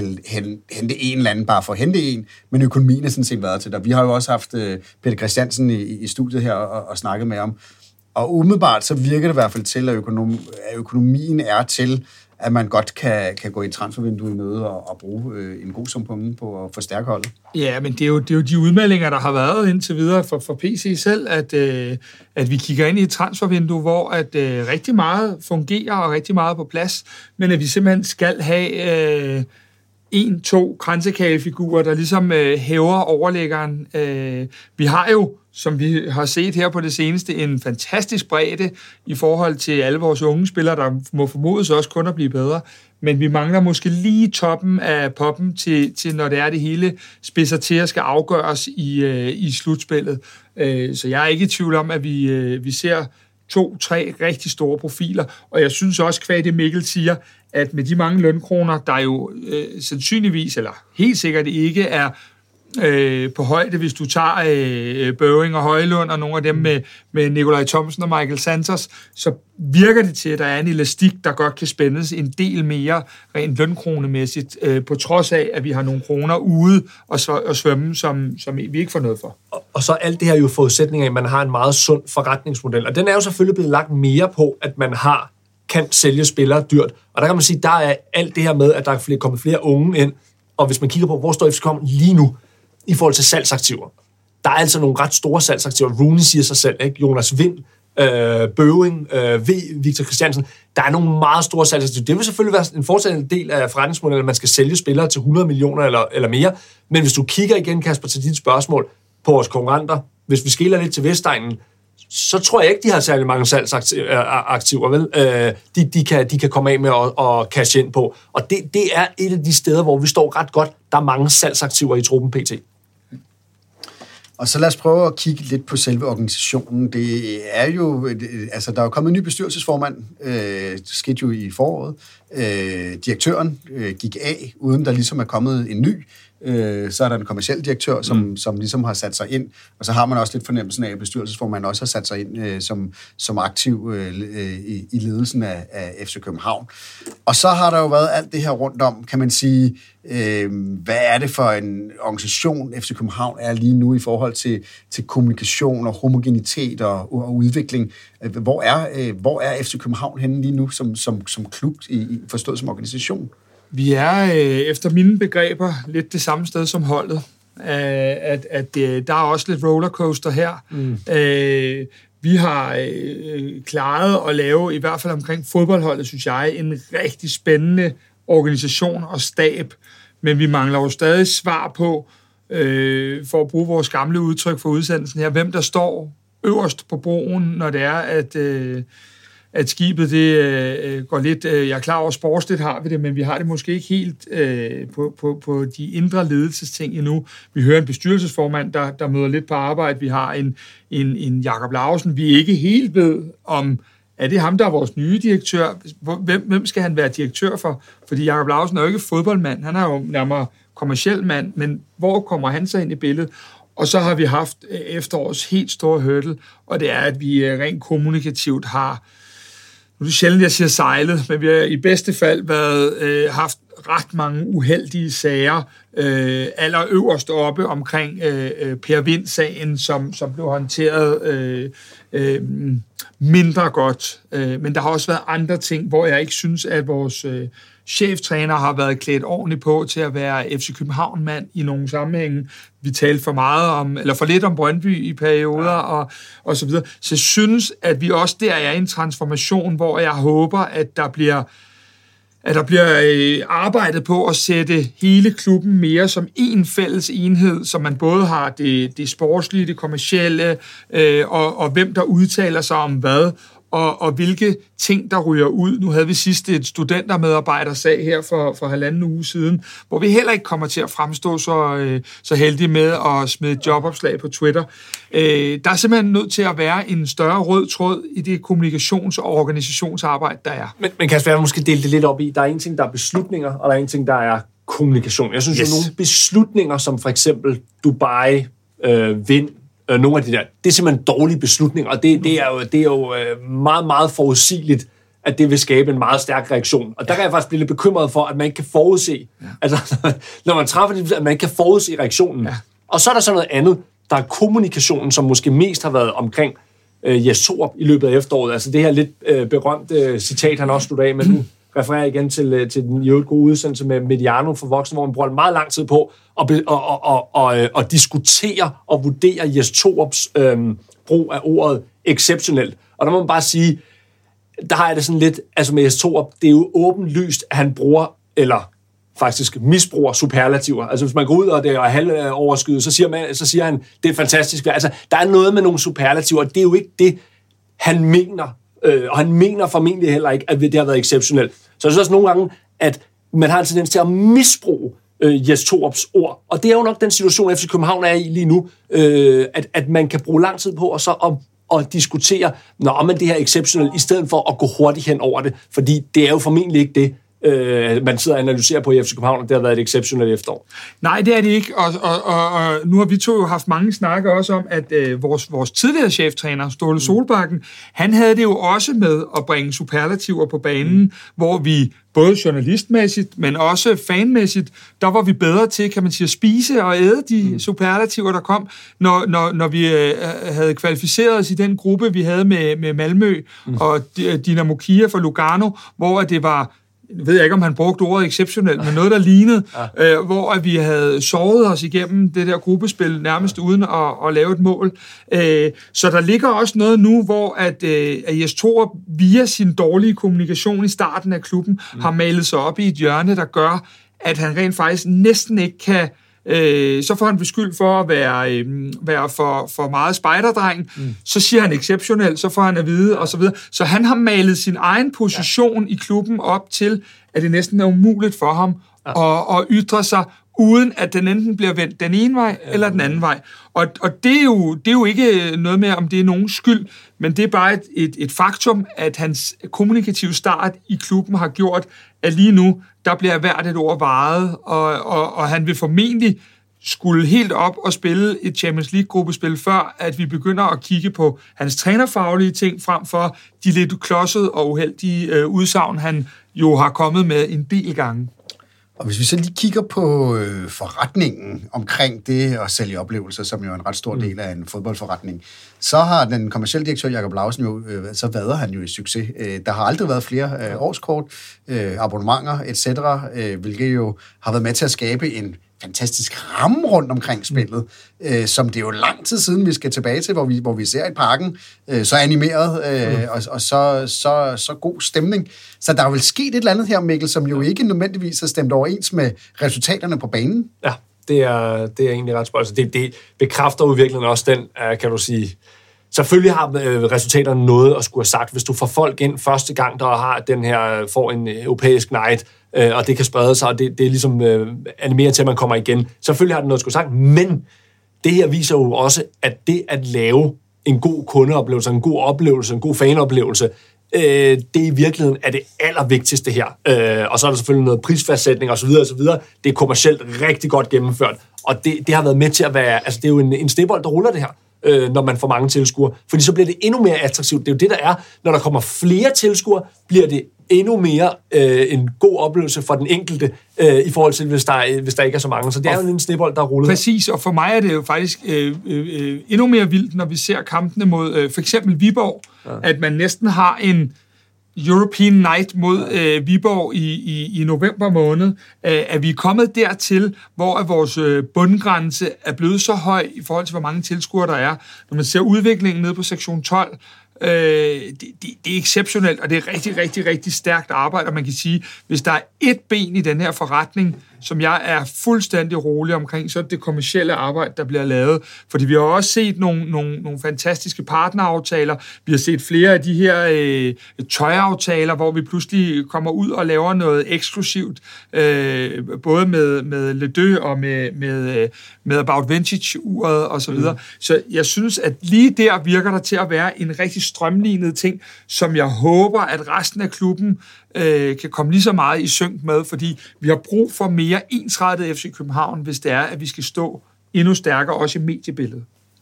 hente en eller anden bare for at hente en, men økonomien er sådan set været til der. Vi har jo også haft Peter Christiansen i studiet her og snakket med ham, og umiddelbart så virker det i hvert fald til, at økonomien er til, at man godt kan gå i transfervinduet i møde og bruge en god sum på at forstærke holdet. Ja, men det er jo de udmeldinger, der har været indtil videre for PC selv, at vi kigger ind i et transfervindue, hvor at rigtig meget fungerer og rigtig meget på plads, men at vi simpelthen skal have 1-2 kransekagefigurer, der ligesom hæver overlæggeren. Vi har jo, som vi har set her på det seneste, en fantastisk bredde i forhold til alle vores unge spillere, der må formodes også kun at blive bedre. Men vi mangler måske lige toppen af poppen til når det er det hele spidser til at skal afgøres i slutspillet. Så jeg er ikke i tvivl om, at vi ser 2-3 rigtig store profiler. Og jeg synes også, hvad det Mikkel siger, at med de mange lønkroner, der jo sandsynligvis, eller helt sikkert ikke er på højde, hvis du tager Børing og Højlund og nogle af dem med Nikolaj Thomsen og Michael Santos, så virker det til, at der er en elastik, der godt kan spændes en del mere rent lønkronemæssigt, på trods af, at vi har nogle kroner ude og svømme, som vi ikke får noget for. Og så alt det her jo forudsætninger af, at man har en meget sund forretningsmodel, og den er jo selvfølgelig blevet lagt mere på, at man kan sælge spillere dyrt. Og der kan man sige, der er alt det her med, at der er kommet flere unge ind, og hvis man kigger på, hvor står FC København lige nu, i forhold til salgsaktiver. Der er altså nogle ret store salgsaktiver. Rooney siger sig selv, ikke? Jonas Vind, Bøving, Victor Christiansen. Der er nogle meget store salgsaktiver. Det vil selvfølgelig være en fortsat del af forretningsmodellen, at man skal sælge spillere til 100 millioner eller mere. Men hvis du kigger igen, Kasper, til dit spørgsmål på vores konkurrenter, hvis vi skiller lidt til Vestegnen, så tror jeg ikke, de har særlig mange salgsaktiver, vel? De kan komme af med at cashe ind på. Og det er et af de steder, hvor vi står ret godt. Der er mange salgsaktiver i truppen PT. Og så lad os prøve at kigge lidt på selve organisationen. Det er jo, altså der er jo kommet en ny bestyrelsesformand, det skete jo i foråret. Direktøren gik af, uden der ligesom er kommet en ny. Så er der en kommerciel direktør, som ligesom har sat sig ind, og så har man også lidt fornemmelsen af, at bestyrelsesformanden også har sat sig ind som aktiv i ledelsen af FC København. Og så har der jo været alt det her rundt om, kan man sige, hvad er det for en organisation, FC København er lige nu i forhold til kommunikation og homogenitet og udvikling. Hvor er FC København henne lige nu som klub, forstået som organisation? Vi er efter mine begreber lidt det samme sted som holdet. At der er også lidt rollercoaster her. Vi har klaret at lave, i hvert fald omkring fodboldholdet, synes jeg, en rigtig spændende organisation og stab. Men vi mangler jo stadig svar på, for at bruge vores gamle udtryk for udsendelsen her, hvem der står øverst på broen, når det er, at skibet det går lidt... Jeg er klar over, sportsligt har vi det, men vi har det måske ikke helt på de indre ledelsesting endnu. Vi hører en bestyrelsesformand, der møder lidt på arbejde. Vi har en Jakob Lausen, vi ikke helt ved om... Er det ham, der er vores nye direktør? Hvem skal han være direktør for? Fordi Jakob Lausen er jo ikke fodboldmand. Han er jo nærmere kommerciel mand, men hvor kommer han så ind i billedet? Og så har vi haft efterårets helt store hurdle, og det er, at vi rent kommunikativt har... Nu er det sjældent, jeg siger sejlet, men vi har i bedste fald haft ret mange uheldige sager, allerøverst oppe omkring Per Vind-sagen, som blev håndteret mindre godt. Men der har også været andre ting, hvor jeg ikke synes, at vores cheftræner har været klædt ordentligt på til at være FC København-mand i nogle sammenhænge. Vi talte for lidt om Brøndby i perioder og så videre. Så jeg synes, at vi også der er i en transformation, hvor jeg håber, at der bliver arbejdet på at sætte hele klubben mere som en fælles enhed, så man både har det sportslige, det kommercielle, og hvem der udtaler sig om hvad, og hvilke ting, der ryger ud. Nu havde vi sidst et studentermedarbejdersag her for 1,5 uge siden, hvor vi heller ikke kommer til at fremstå så heldige med at smide et jobopslag på Twitter. Der er simpelthen nødt til at være en større rød tråd i det kommunikations- og organisationsarbejde, der er. Men Kasper, jeg måske dele det lidt op i. Der er en ting, der er beslutninger, og der er en ting, der er kommunikation. Jeg synes, at nogle beslutninger, som for eksempel Dubai, Vind, nogle af de der, det er simpelthen dårlige beslutninger, og det er jo meget, meget forudsigeligt, at det vil skabe en meget stærk reaktion. Og der kan jeg faktisk blive lidt bekymret for, at man ikke kan forudse, altså når man træffer det, at man ikke kan forudse reaktionen. Ja. Og så er der så noget andet, der er kommunikationen, som måske mest har været omkring Jes Torup i løbet af efteråret. Altså det her lidt berømte citat, han også slutter af med nu, refererer igen til den i øvrigt gode udsendelse med Mediano for voksne, hvor man bruger meget lang tid på at diskutere og vurdere Jes Torups brug af ordet exceptionelt. Og der må man bare sige, der har jeg det sådan lidt, altså med Jes Torup, det er jo åbenlyst, at han bruger, eller faktisk misbruger superlativer. Altså hvis man går ud og det er halvoverskyet, så siger han, det er fantastisk. Altså der er noget med nogle superlativer, og det er jo ikke det, han mener. Og han mener formentlig heller ikke, at det har været exceptionelt. Så jeg synes også nogle gange, at man har en tendens til at misbruge Jes Torups ord. Og det er jo nok den situation, FC København er i lige nu, at man kan bruge lang tid på og så at diskutere, men det her exceptionelt, i stedet for at gå hurtigt hen over det. Fordi det er jo formentlig ikke det, man sidder og analyserer på i FC København, og det har været et exceptionelt efterår. Nej, det er det ikke, og nu har vi to jo haft mange snakker også om, at vores tidligere cheftræner, Ståle Solbakken, han havde det jo også med at bringe superlativer på banen, hvor vi både journalistmæssigt, men også fanmæssigt, der var vi bedre til, kan man sige, at spise og æde de superlativer, der kom, når vi havde kvalificeret os i den gruppe, vi havde med Malmø og Dinamo Kiev for Lugano, hvor det var, jeg ved ikke, om han brugte ordet exceptionelt, men noget, der lignede, hvor vi havde sovet os igennem det der gruppespil nærmest uden at lave et mål. Så der ligger også noget nu, hvor at Jes Torup via sin dårlige kommunikation i starten af klubben har malet sig op i et hjørne, der gør, at han rent faktisk næsten ikke kan. Så får han beskyldt for at være for meget spejderdreng, så siger han exceptionelt, så får han at vide, og så videre. Så han har malet sin egen position i klubben op til, at det næsten er umuligt for ham at ytre sig, uden at den enten bliver vendt den ene vej, eller den anden vej. Og det er jo ikke noget med, om det er nogens skyld, men det er bare et faktum, at hans kommunikative start i klubben har gjort, at lige nu, der bliver hvert et ord varet, og han vil formentlig skulle helt op og spille et Champions League-gruppespil, før at vi begynder at kigge på hans trænerfaglige ting, frem for de lidt klodsede og uheldige udsagn, han jo har kommet med en del gange. Og hvis vi så lige kigger på forretningen omkring det at sælge oplevelser, som jo er en ret stor del af en fodboldforretning, så har den kommercielle direktør Jakob Lausen jo, så vader han jo i succes. Der har aldrig været flere årskort, abonnementer, etc., hvilket jo har været med til at skabe en fantastisk ramme rundt omkring spillet, som det er jo lang tid siden, vi skal tilbage til, hvor vi ser et Parken så animeret, og så god stemning. Så der er vel sket et eller andet her, Mikkel, som jo ikke nødvendigvis har stemt overens med resultaterne på banen. Ja, det er egentlig ret spøjst. Det bekræfter jo virkelig også den, kan du sige. Selvfølgelig har resultaterne noget at skulle have sagt. Hvis du får folk ind første gang, der har den her, får en europæisk night, og det kan sprede sig, og det er ligesom animeret til, at man kommer igen. Selvfølgelig har det noget at skulle have sagt, men det her viser jo også, at det at lave en god kundeoplevelse, en god oplevelse, en god fanoplevelse, det i virkeligheden er det allervigtigste her. Og så er der selvfølgelig noget prisfastsætning osv. Det er kommercielt rigtig godt gennemført, og det har været med til at være, altså det er jo en snebold, der ruller det her. når man får mange tilskuere, fordi så bliver det endnu mere attraktivt. Det er jo det, der er. Når der kommer flere tilskuere, bliver det endnu mere en god oplevelse for den enkelte, i forhold til, hvis der ikke er så mange. Så det er jo en snebold, der er rullet. Præcis, og for mig er det jo faktisk endnu mere vildt, når vi ser kampene mod for eksempel Viborg, at man næsten har en European Night mod Viborg i november måned, at vi er kommet dertil, hvor vores bundgrænse er blevet så høj i forhold til, hvor mange tilskuere der er. Når man ser udviklingen nede på sektion 12, det er exceptionelt, og det er rigtig, rigtig, rigtig stærkt arbejde, og man kan sige, hvis der er et ben i den her forretning, som jeg er fuldstændig rolig omkring, så er det kommercielle arbejde, der bliver lavet. Fordi vi har også set nogle fantastiske partneraftaler. Vi har set flere af de her tøjaftaler, hvor vi pludselig kommer ud og laver noget eksklusivt, både med Le Deux og med About Vintage-uret og så videre. Så jeg synes, at lige der virker der til at være en rigtig strømlignet ting, som jeg håber, at resten af klubben kan komme lige så meget i synk med, fordi vi har brug for mere ensrettet FC København, hvis det er, at vi skal stå endnu stærkere, også i mediebilledet.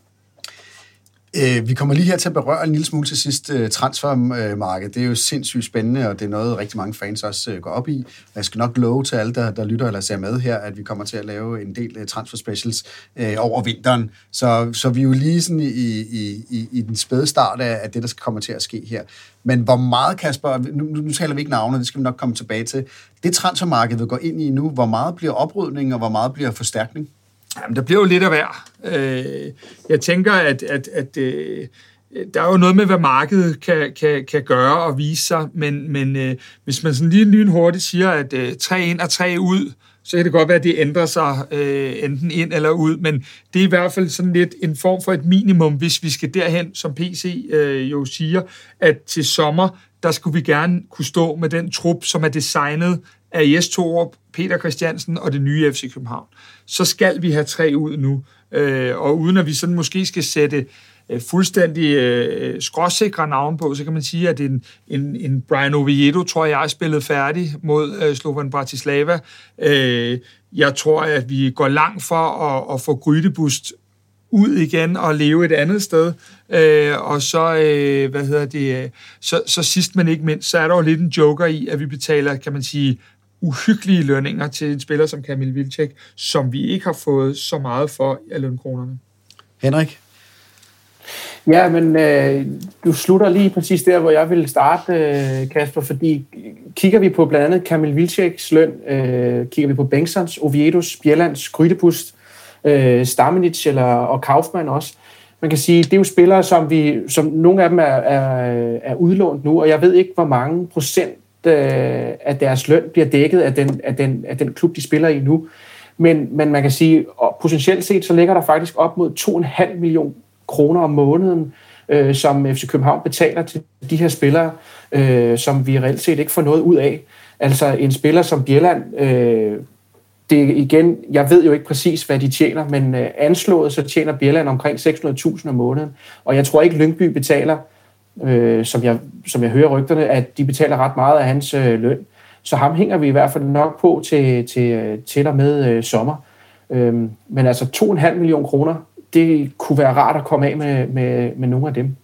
Vi kommer lige her til at berøre en lille smule til sidst transfermarkedet. Det er jo sindssygt spændende, og det er noget, rigtig mange fans også går op i. Jeg skal nok love til alle, der lytter eller ser med her, at vi kommer til at lave en del transfer specials over vinteren. Så vi er jo lige sådan i den spæde start af det, der skal komme til at ske her. Men hvor meget, Kasper, nu taler vi ikke navne, det skal vi nok komme tilbage til. Det transfermarked, vi går ind i nu, hvor meget bliver oprydning, og hvor meget bliver forstærkning? Jamen, der bliver jo lidt af hver. Jeg tænker, at der er jo noget med, hvad markedet kan gøre og vise sig, men hvis man sådan lige lynhurtigt siger, at 3 ind og 3 ud, så kan det godt være, at det ændrer sig enten ind eller ud, men det er i hvert fald sådan lidt en form for et minimum, hvis vi skal derhen, som PC jo siger, at til sommer, der skulle vi gerne kunne stå med den trup, som er designet af Jes Torup, Peter Christiansen og det nye FC København. Så skal vi have 3 ud nu, og uden at vi sådan måske skal sætte fuldstændig skråsikre navn på, så kan man sige, at en Brian Oviedo, tror jeg, spillede færdig mod Slovan Bratislava. Jeg tror, at vi går langt for at få Grydebust ud igen og leve et andet sted. Og så, så sidst men ikke mindst, så er der jo lidt en joker i, at vi betaler, kan man sige, uhyggelige lønninger til en spiller som Kamil Vilcek, som vi ikke har fået så meget for af lønkronerne. Henrik? Ja, men du slutter lige præcis der, hvor jeg vil starte, Kasper, fordi kigger vi på blandt andet Kamil Vilceks løn, kigger vi på Bengtsons, Oviedos, Bjellands, Grydebust, Stamenic og Kaufmann også. Man kan sige, det er jo spillere, som nogle af dem er udlånt nu, og jeg ved ikke, hvor mange procent at deres løn bliver dækket af den klub, de spiller i nu. Men man kan sige, og potentielt set, så ligger der faktisk op mod 2,5 millioner kroner om måneden, som FC København betaler til de her spillere, som vi reelt set ikke får noget ud af. Altså en spiller som Bjelland, det igen, jeg ved jo ikke præcis, hvad de tjener, men anslået, så tjener Bjelland omkring 600.000 om måneden. Og jeg tror ikke, Lyngby betaler, som jeg hører rygterne, at de betaler ret meget af hans løn. Så ham hænger vi i hvert fald nok på til og med sommer. Men altså 2,5 millioner kroner, det kunne være rart at komme af med nogle af dem.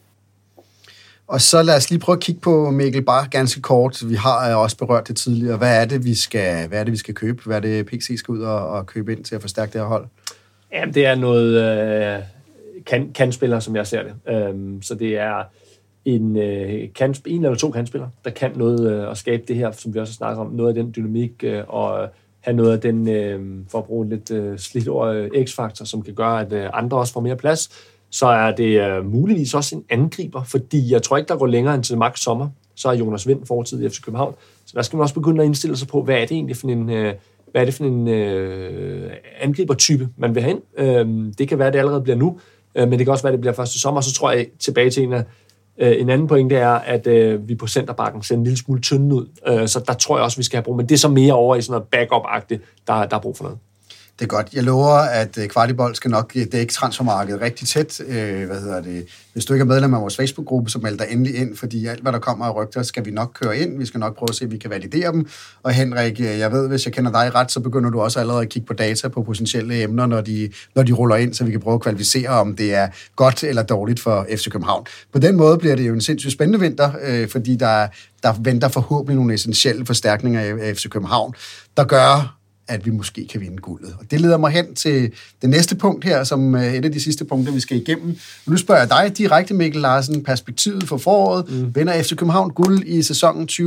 Og så lad os lige prøve at kigge på Mikkel bare ganske kort. Vi har også berørt det tidligere. Hvad er det, vi skal købe? Hvad er det, PC skal ud og købe ind til at forstærke det her hold? Jamen, det er noget kantspillere, som jeg ser det. Så det er en eller 2 kantspillere, der kan noget at skabe det her, som vi også snakker om, noget af den dynamik og have noget af den, for at bruge lidt slidt ord, x-faktor, som kan gøre, at andre også får mere plads. Så er det muligvis også en angriber, fordi jeg tror ikke, der går længere end til max sommer. Så er Jonas Vind fortid i FC København. Så der skal man også begynde at indstille sig på, hvad er det egentlig for en angribertype, man vil have ind. Det kan være, at det allerede bliver nu, men det kan også være, at det bliver først til sommer. Så tror jeg tilbage til en anden pointe er, at vi på centerbakken ser en lille smule tynde ud. Så der tror jeg også, vi skal have brug. Men det er så mere over i sådan noget backup-agtigt, der er brug for noget. Det er godt. Jeg lover, at Kvartibold skal nok dække transfermarkedet rigtig tæt. Hvis du ikke er medlem af vores Facebook-gruppe, så meld dig endelig ind, fordi alt, hvad der kommer af rygter, skal vi nok køre ind. Vi skal nok prøve at se, om vi kan validere dem. Og Henrik, jeg ved, hvis jeg kender dig ret, så begynder du også allerede at kigge på data på potentielle emner, når de ruller ind, så vi kan prøve at kvalificere, om det er godt eller dårligt for FC København. På den måde bliver det jo en sindssygt spændende vinter, fordi der venter forhåbentlig nogle essentielle forstærkninger af FC København, der gør, at vi måske kan vinde guldet. Og det leder mig hen til det næste punkt her, som et af de sidste punkter, vi skal igennem. Nu spørger jeg dig direkte, Mikkel Larsen, perspektivet for foråret. Vinder FC København guld i sæsonen 2021-22?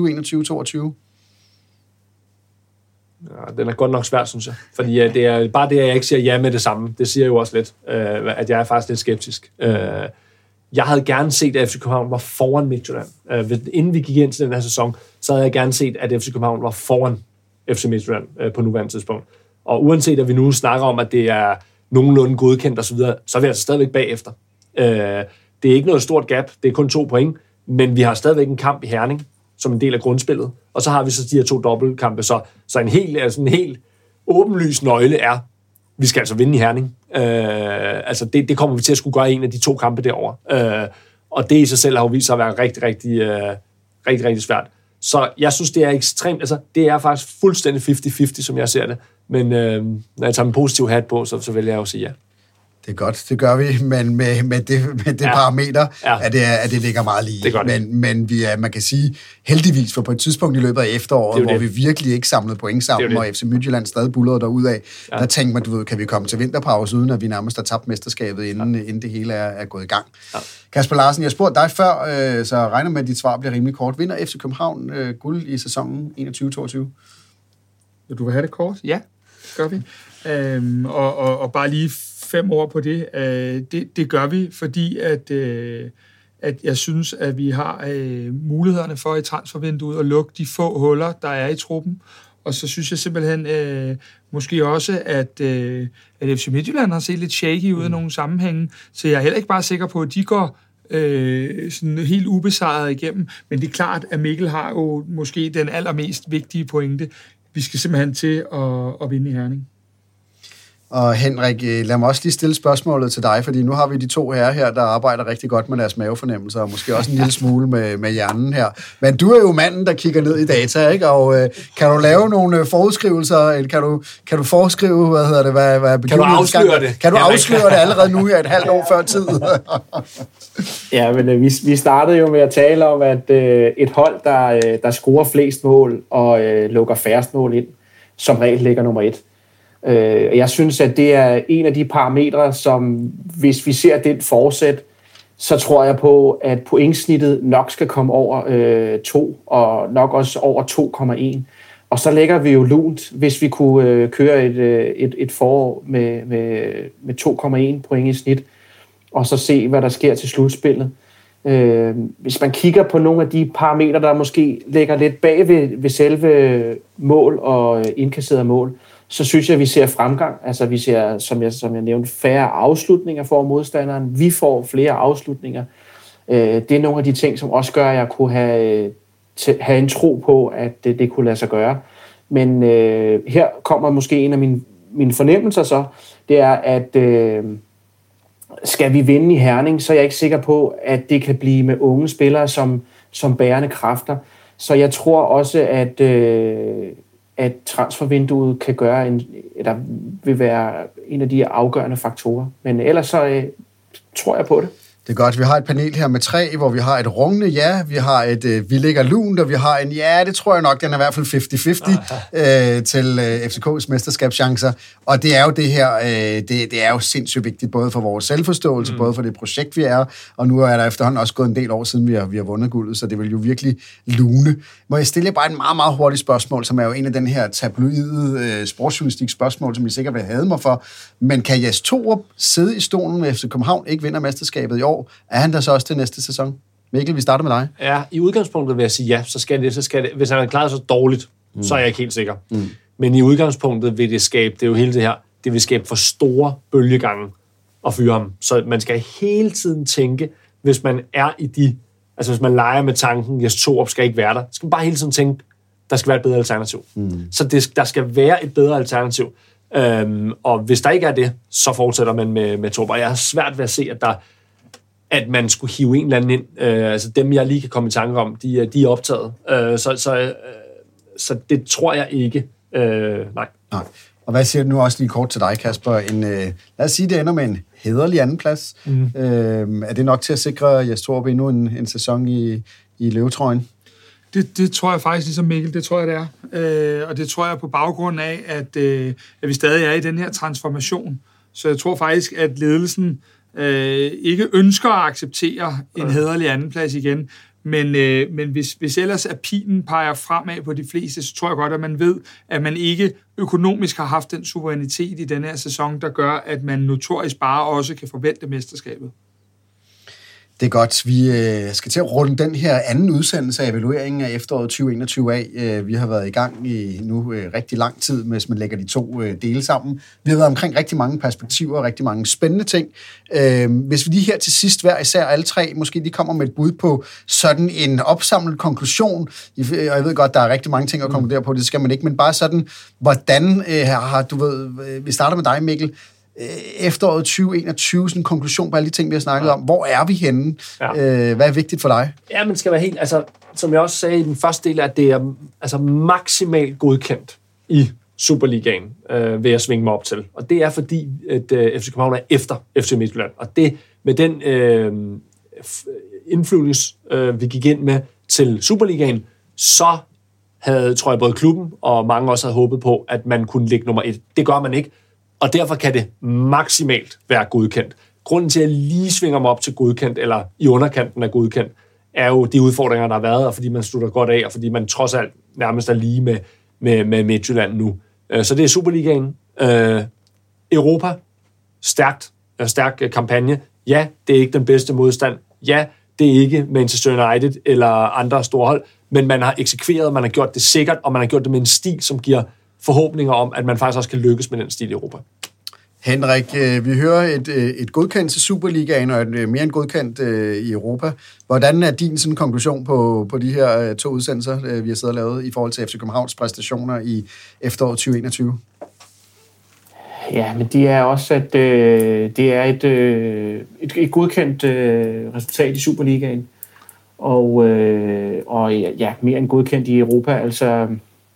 Ja, den er godt nok svært, synes jeg. Fordi det er bare det, at jeg ikke siger ja med det samme. Det siger jo også lidt, at jeg er faktisk lidt skeptisk. Jeg havde gerne set, at FC København var foran Midtjylland. Inden vi gik ind til den her sæson, så havde jeg gerne set, at FC København var foran FC Midtjylland på nuværende tidspunkt. Og uanset at vi nu snakker om, at det er nogenlunde godkendt osv., så er vi altså stadigvæk bagefter. Det er ikke noget stort gap, det er kun 2 point, men vi har stadigvæk en kamp i Herning, som en del af grundspillet, og så har vi så de her 2 dobbeltkampe, så en helt åbenlys nøgle er, vi skal altså vinde i Herning. Det kommer vi til at skulle gøre en af de 2 kampe derovre. Og det i sig selv har jo vist sig at være rigtig svært. Så jeg synes, det er ekstremt, det er faktisk fuldstændig 50-50, som jeg ser det. Men når jeg tager en positiv hat på, så vil jeg jo sige ja. Det er godt, det gør vi, men med det parameter, at det ligger meget lige. Men man kan sige heldigvis, for på et tidspunkt i løbet af efteråret, hvor vi virkelig ikke samlede point sammen, og FC Midtjylland stadig bullerede derudad, der tænkte man, kan vi komme til vinterpause, uden at vi nærmest har tabt mesterskabet, inden det hele er gået i gang. Ja. Kasper Larsen, jeg spurgte dig før, så jeg regner med, at dit svar bliver rimelig kort. Vinder FC København guld i sæsonen 21-22? Du vil have det kort? Ja, gør vi. Og bare lige 5 ord på det. Det gør vi, fordi at jeg synes, at vi har mulighederne for i transfervinduet at lukke de få huller, der er i truppen. Og så synes jeg simpelthen måske også, at FC Midtjylland har set lidt shaky ud af nogle sammenhænge. Så jeg er heller ikke bare sikker på, at de går sådan helt ubesejret igennem. Men det er klart, at Mikkel har jo måske den allermest vigtige pointe. Vi skal simpelthen til at vinde i Herning. Og Henrik, lad mig også lige stille spørgsmålet til dig, fordi nu har vi de 2 herrer her, der arbejder rigtig godt med deres mavefornemmelser, og måske også en lille smule med hjernen her. Men du er jo manden, der kigger ned i data, ikke? Og kan du lave nogle forudskrivelser, eller kan du foreskrive, hvad kan du afsløre det? Kan du afsløre det allerede nu her, et halvt år før tid? Ja, men vi startede jo med at tale om, at et hold, der scorer flest mål og lukker færrest mål ind, som regel ligger nummer 1. Jeg synes, at det er en af de parametre, som hvis vi ser den fortsæt, så tror jeg på, at pointsnittet nok skal komme over 2, og nok også over 2,1. Og så lægger vi jo lunt, hvis vi kunne køre et forår med 2,1 point i snit, og så se, hvad der sker til slutspillet. Hvis man kigger på nogle af de parametre, der måske ligger lidt bag ved selve mål og indkasserede mål, så synes jeg, at vi ser fremgang. Altså vi ser, som jeg nævnte, færre afslutninger for modstanderen. Vi får flere afslutninger. Det er nogle af de ting, som også gør, at jeg kunne have en tro på, at det kunne lade sig gøre. Men her kommer måske en af mine fornemmelser så. Det er, at skal vi vinde i Herning, så er jeg ikke sikker på, at det kan blive med unge spillere som bærende kræfter. Så jeg tror også, at transfervinduet kan gøre eller vil være en af de afgørende faktorer. Men ellers så tror jeg på det. Det er godt. Vi har et panel her med 3, hvor vi har et rungende ja, vi har et vi ligger lunt, og vi har en ja, det tror jeg nok, den er i hvert fald 50-50 til FCK's mesterskabschancer. Og det er jo det her, det er jo sindssygt vigtigt, både for vores selvforståelse, både for det projekt, vi er, og nu er der efterhånden også gået en del år siden, vi har vundet guldet, så det vil jo virkelig lune. Må jeg stille bare et meget, meget hurtigt spørgsmål, som er jo en af den her tabloide sportsjournalistik spørgsmål, som I sikkert vil have mig for. Men kan Jes Torup sidde i stolen med FC København, ikke vinder mesterskabet i år? Er han der så også til næste sæson? Mikkel, vi starter med dig. Ja, i udgangspunktet vil jeg sige ja, så skal det. Hvis han har klaret så dårligt, så er jeg ikke helt sikker. Men i udgangspunktet vil det skabe, det er jo hele det her, det vil skabe for store bølgegange at fyre ham. Så man skal hele tiden tænke, hvis man er i hvis man leger med tanken, Jes Torup skal ikke være der, skal man bare hele tiden tænke, der skal være et bedre alternativ. Så der skal være et bedre alternativ. Og hvis der ikke er det, så fortsætter man med Torp. Jeg har svært ved at se, at man skulle hive en eller anden ind. Altså dem, jeg lige kan komme i tanke om, de er optaget. Så det tror jeg ikke. Nej. Og hvad siger du nu også lige kort til dig, Kasper? Lad os sige, det ender med en hæderlig andenplads. Er det nok til at sikre Jes Torp endnu en sæson i løvetrøjen? Det tror jeg faktisk, ligesom Mikkel, det tror jeg, det er. Og det tror jeg på baggrund af, at vi stadig er i den her transformation. Så jeg tror faktisk, at ledelsen ikke ønsker at acceptere en hæderlig andenplads igen. Men hvis ellers at pilen peger fremad på de fleste, så tror jeg godt, at man ved, at man ikke økonomisk har haft den suverænitet i den her sæson, der gør, at man notorisk bare også kan forvente mesterskabet. Det er godt. Vi skal til at runde den her anden udsendelse af evalueringen af efteråret 2021 af. Vi har været i gang i nu rigtig lang tid, hvis man lægger de to dele sammen. Vi har været omkring rigtig mange perspektiver og rigtig mange spændende ting. Hvis vi lige her til sidst hver især alle tre måske lige kommer med et bud på sådan en opsamlet konklusion, og jeg ved godt, der er rigtig mange ting at konkludere på, det skal man ikke, men bare sådan, hvordan har du ved, vi starter med dig, Mikkel, efteråret 2021, sådan en konklusion på alle de ting, vi har snakket om. Hvor er vi henne? Hvad er vigtigt for dig? Ja, men skal være helt, altså, som jeg også sagde i den første del, at det er altså maksimalt godkendt i Superligaen, vil jeg svinge mig op til. Og det er fordi, at FC København er efter FC Midtjylland. Og det med den indflydelse, vi gik ind med til Superligaen, så tror jeg både klubben og mange også havde håbet på, at man kunne ligge nummer 1. Det gør man ikke. Og derfor kan det maksimalt være godkendt. Grunden til, at jeg lige svinger mig op til godkendt, eller i underkanten af godkendt, er jo de udfordringer, der har været, og fordi man slutter godt af, og fordi man trods alt nærmest er lige med Midtjylland nu. Så det er Superligaen. Europa, stærk kampagne. Ja, det er ikke den bedste modstand. Ja, det er ikke Manchester United eller andre store hold, men man har eksekveret, man har gjort det sikkert, og man har gjort det med en stil, som giver forhåbninger om, at man faktisk også kan lykkes med den stil i Europa. Henrik, vi hører et godkendt til Superligaen og et mere end godkendt i Europa. Hvordan er din sådan konklusion på de her to udsendelser, vi har siddet og lavet i forhold til FC Københavns præstationer i efteråret 2021? Ja, men det er også, at det er et godkendt resultat i Superligaen. Og ja, mere end godkendt i Europa. Altså,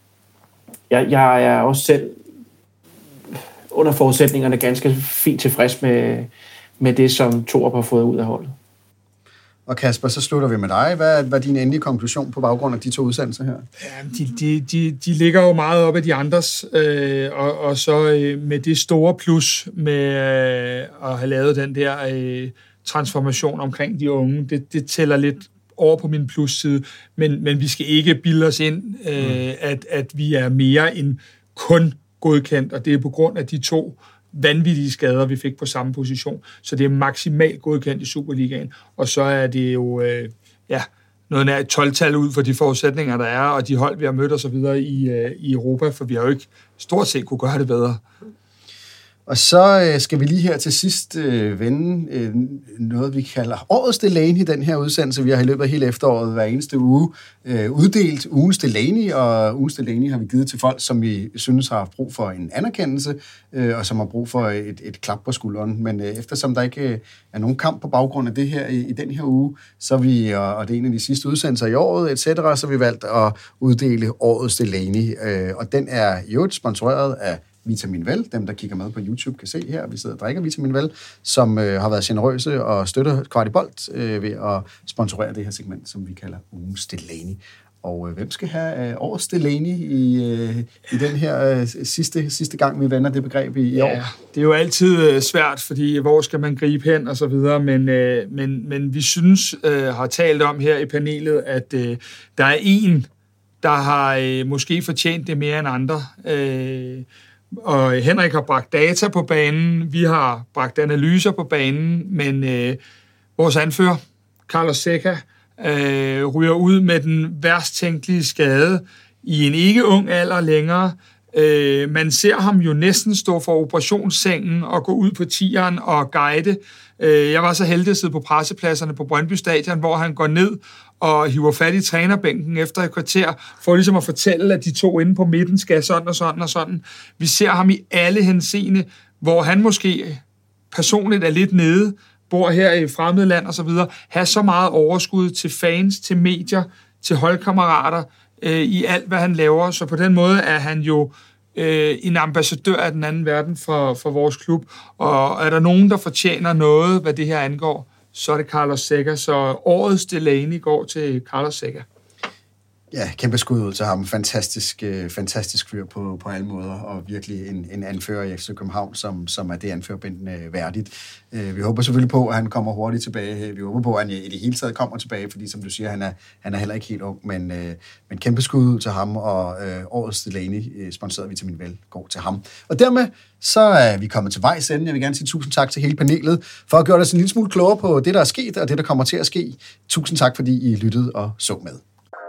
jeg er også selv under forudsætningerne ganske fint tilfreds med det, som Torp har fået ud af holdet. Og Kasper, så slutter vi med dig. Hvad er din endelige konklusion på baggrund af de to udsendelser her? Ja, de ligger jo meget op af de andres, og så med det store plus med at have lavet den der transformation omkring de unge, det tæller lidt over på min plusside, men vi skal ikke bilde os ind, at vi er mere end kun godkendt, og det er på grund af de to vanvittige skader, vi fik på samme position. Så det er maksimalt godkendt i Superligaen, og så er det jo noget nær et 12-tal ud for de forudsætninger, der er, og de hold, vi har mødt og så videre i Europa, for vi har jo ikke stort set kunne gøre det bedre. Og så skal vi lige her til sidst vende noget, vi kalder årets Delaney i den her udsendelse. Vi har i løbet af hele efteråret hver eneste uge uddelt ugens Delaney, og ugens Delaney har vi givet til folk, som vi synes har brug for en anerkendelse, og som har brug for et klap på skulderen. Men eftersom der ikke er nogen kamp på baggrund af det her i den her uge, så er vi, og det er en af de sidste udsendelser i året, etc., så har vi valgt at uddele årets Delaney. Og den er jo sponsoreret af Vitamin Vel. Dem, der kigger med på YouTube, kan se her, vi sidder og drikker Vitamin Vel, som har været generøse og støtter Kvartibolt ved at sponsorere det her segment, som vi kalder ugens Delaney. Og hvem skal have årets Delaney i den her sidste gang, vi vender det begreb i år? Det er jo altid svært, fordi hvor skal man gribe hen og så videre, men vi synes, har talt om her i panelet, at der er en, der har måske fortjent det mere end andre. Og Henrik har bragt data på banen, vi har bragt analyser på banen, men vores anfører, Carlos Seca, ryger ud med den værst tænkelige skade i en ikke ung alder længere. Man ser ham jo næsten stå for operationssengen og gå ud på tieren og guide. Jeg var så heldig at sidde på pressepladserne på Brøndby Stadion, hvor han går ned og hiver fat i trænerbænken efter et kvarter, for ligesom at fortælle, at de to inde på midten skal sådan og sådan og sådan. Vi ser ham i alle henseende, hvor han måske personligt er lidt nede, bor her i fremmede land og så videre, have så meget overskud til fans, til medier, til holdkammerater, i alt, hvad han laver. Så på den måde er han jo en ambassadør af den anden verden for vores klub. Og er der nogen, der fortjener noget, hvad det her angår, så er det Carlos Zeca. Så årets Delaney går til Carlos Zeca. Ja, kæmpe skud ud til ham. Fantastisk fyr på alle måder, og virkelig en anfører i FC København, som er det anførerbind værdigt. Vi håber selvfølgelig på, at han kommer hurtigt tilbage. Vi håber på, at han i det hele taget kommer tilbage, fordi som du siger, han er heller ikke helt ung, men kæmpe skud ud til ham, og årets Delaney sponsoreret Vitamin Vel går til ham. Og dermed så er vi kommet til vejs ende. Jeg vil gerne sige tusind tak til hele panelet, for at gøre os en lille smule klogere på det, der er sket, og det, der kommer til at ske. Tusind tak, fordi I lyttede og så med.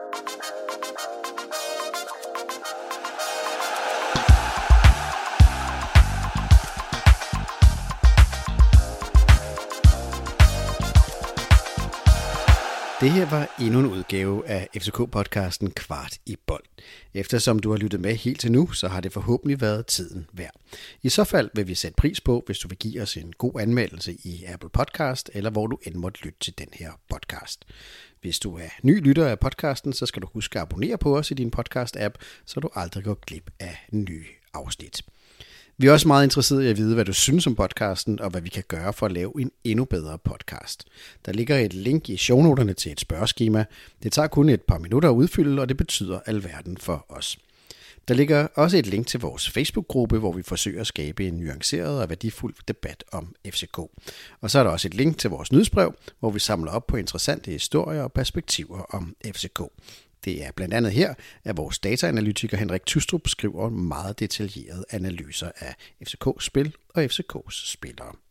Det her var endnu en udgave af FCK-podcasten Kvart i bold. Eftersom du har lyttet med helt til nu, så har det forhåbentlig været tiden værd. I så fald vil vi sætte pris på, hvis du vil give os en god anmeldelse i Apple Podcast, eller hvor du end måtte lytte til den her podcast. Hvis du er ny lytter af podcasten, så skal du huske at abonnere på os i din podcast-app, så du aldrig går glip af nye afsnit. Vi er også meget interesserede i at vide, hvad du synes om podcasten, og hvad vi kan gøre for at lave en endnu bedre podcast. Der ligger et link i shownoterne til et spørgeskema. Det tager kun et par minutter at udfylde, og det betyder alverden for os. Der ligger også et link til vores Facebook-gruppe, hvor vi forsøger at skabe en nuanceret og værdifuld debat om FCK. Og så er der også et link til vores nyhedsbrev, hvor vi samler op på interessante historier og perspektiver om FCK. Det er blandt andet her, at vores dataanalytiker Henrik Tystrup skriver meget detaljerede analyser af FCK's spil og FCK's spillere.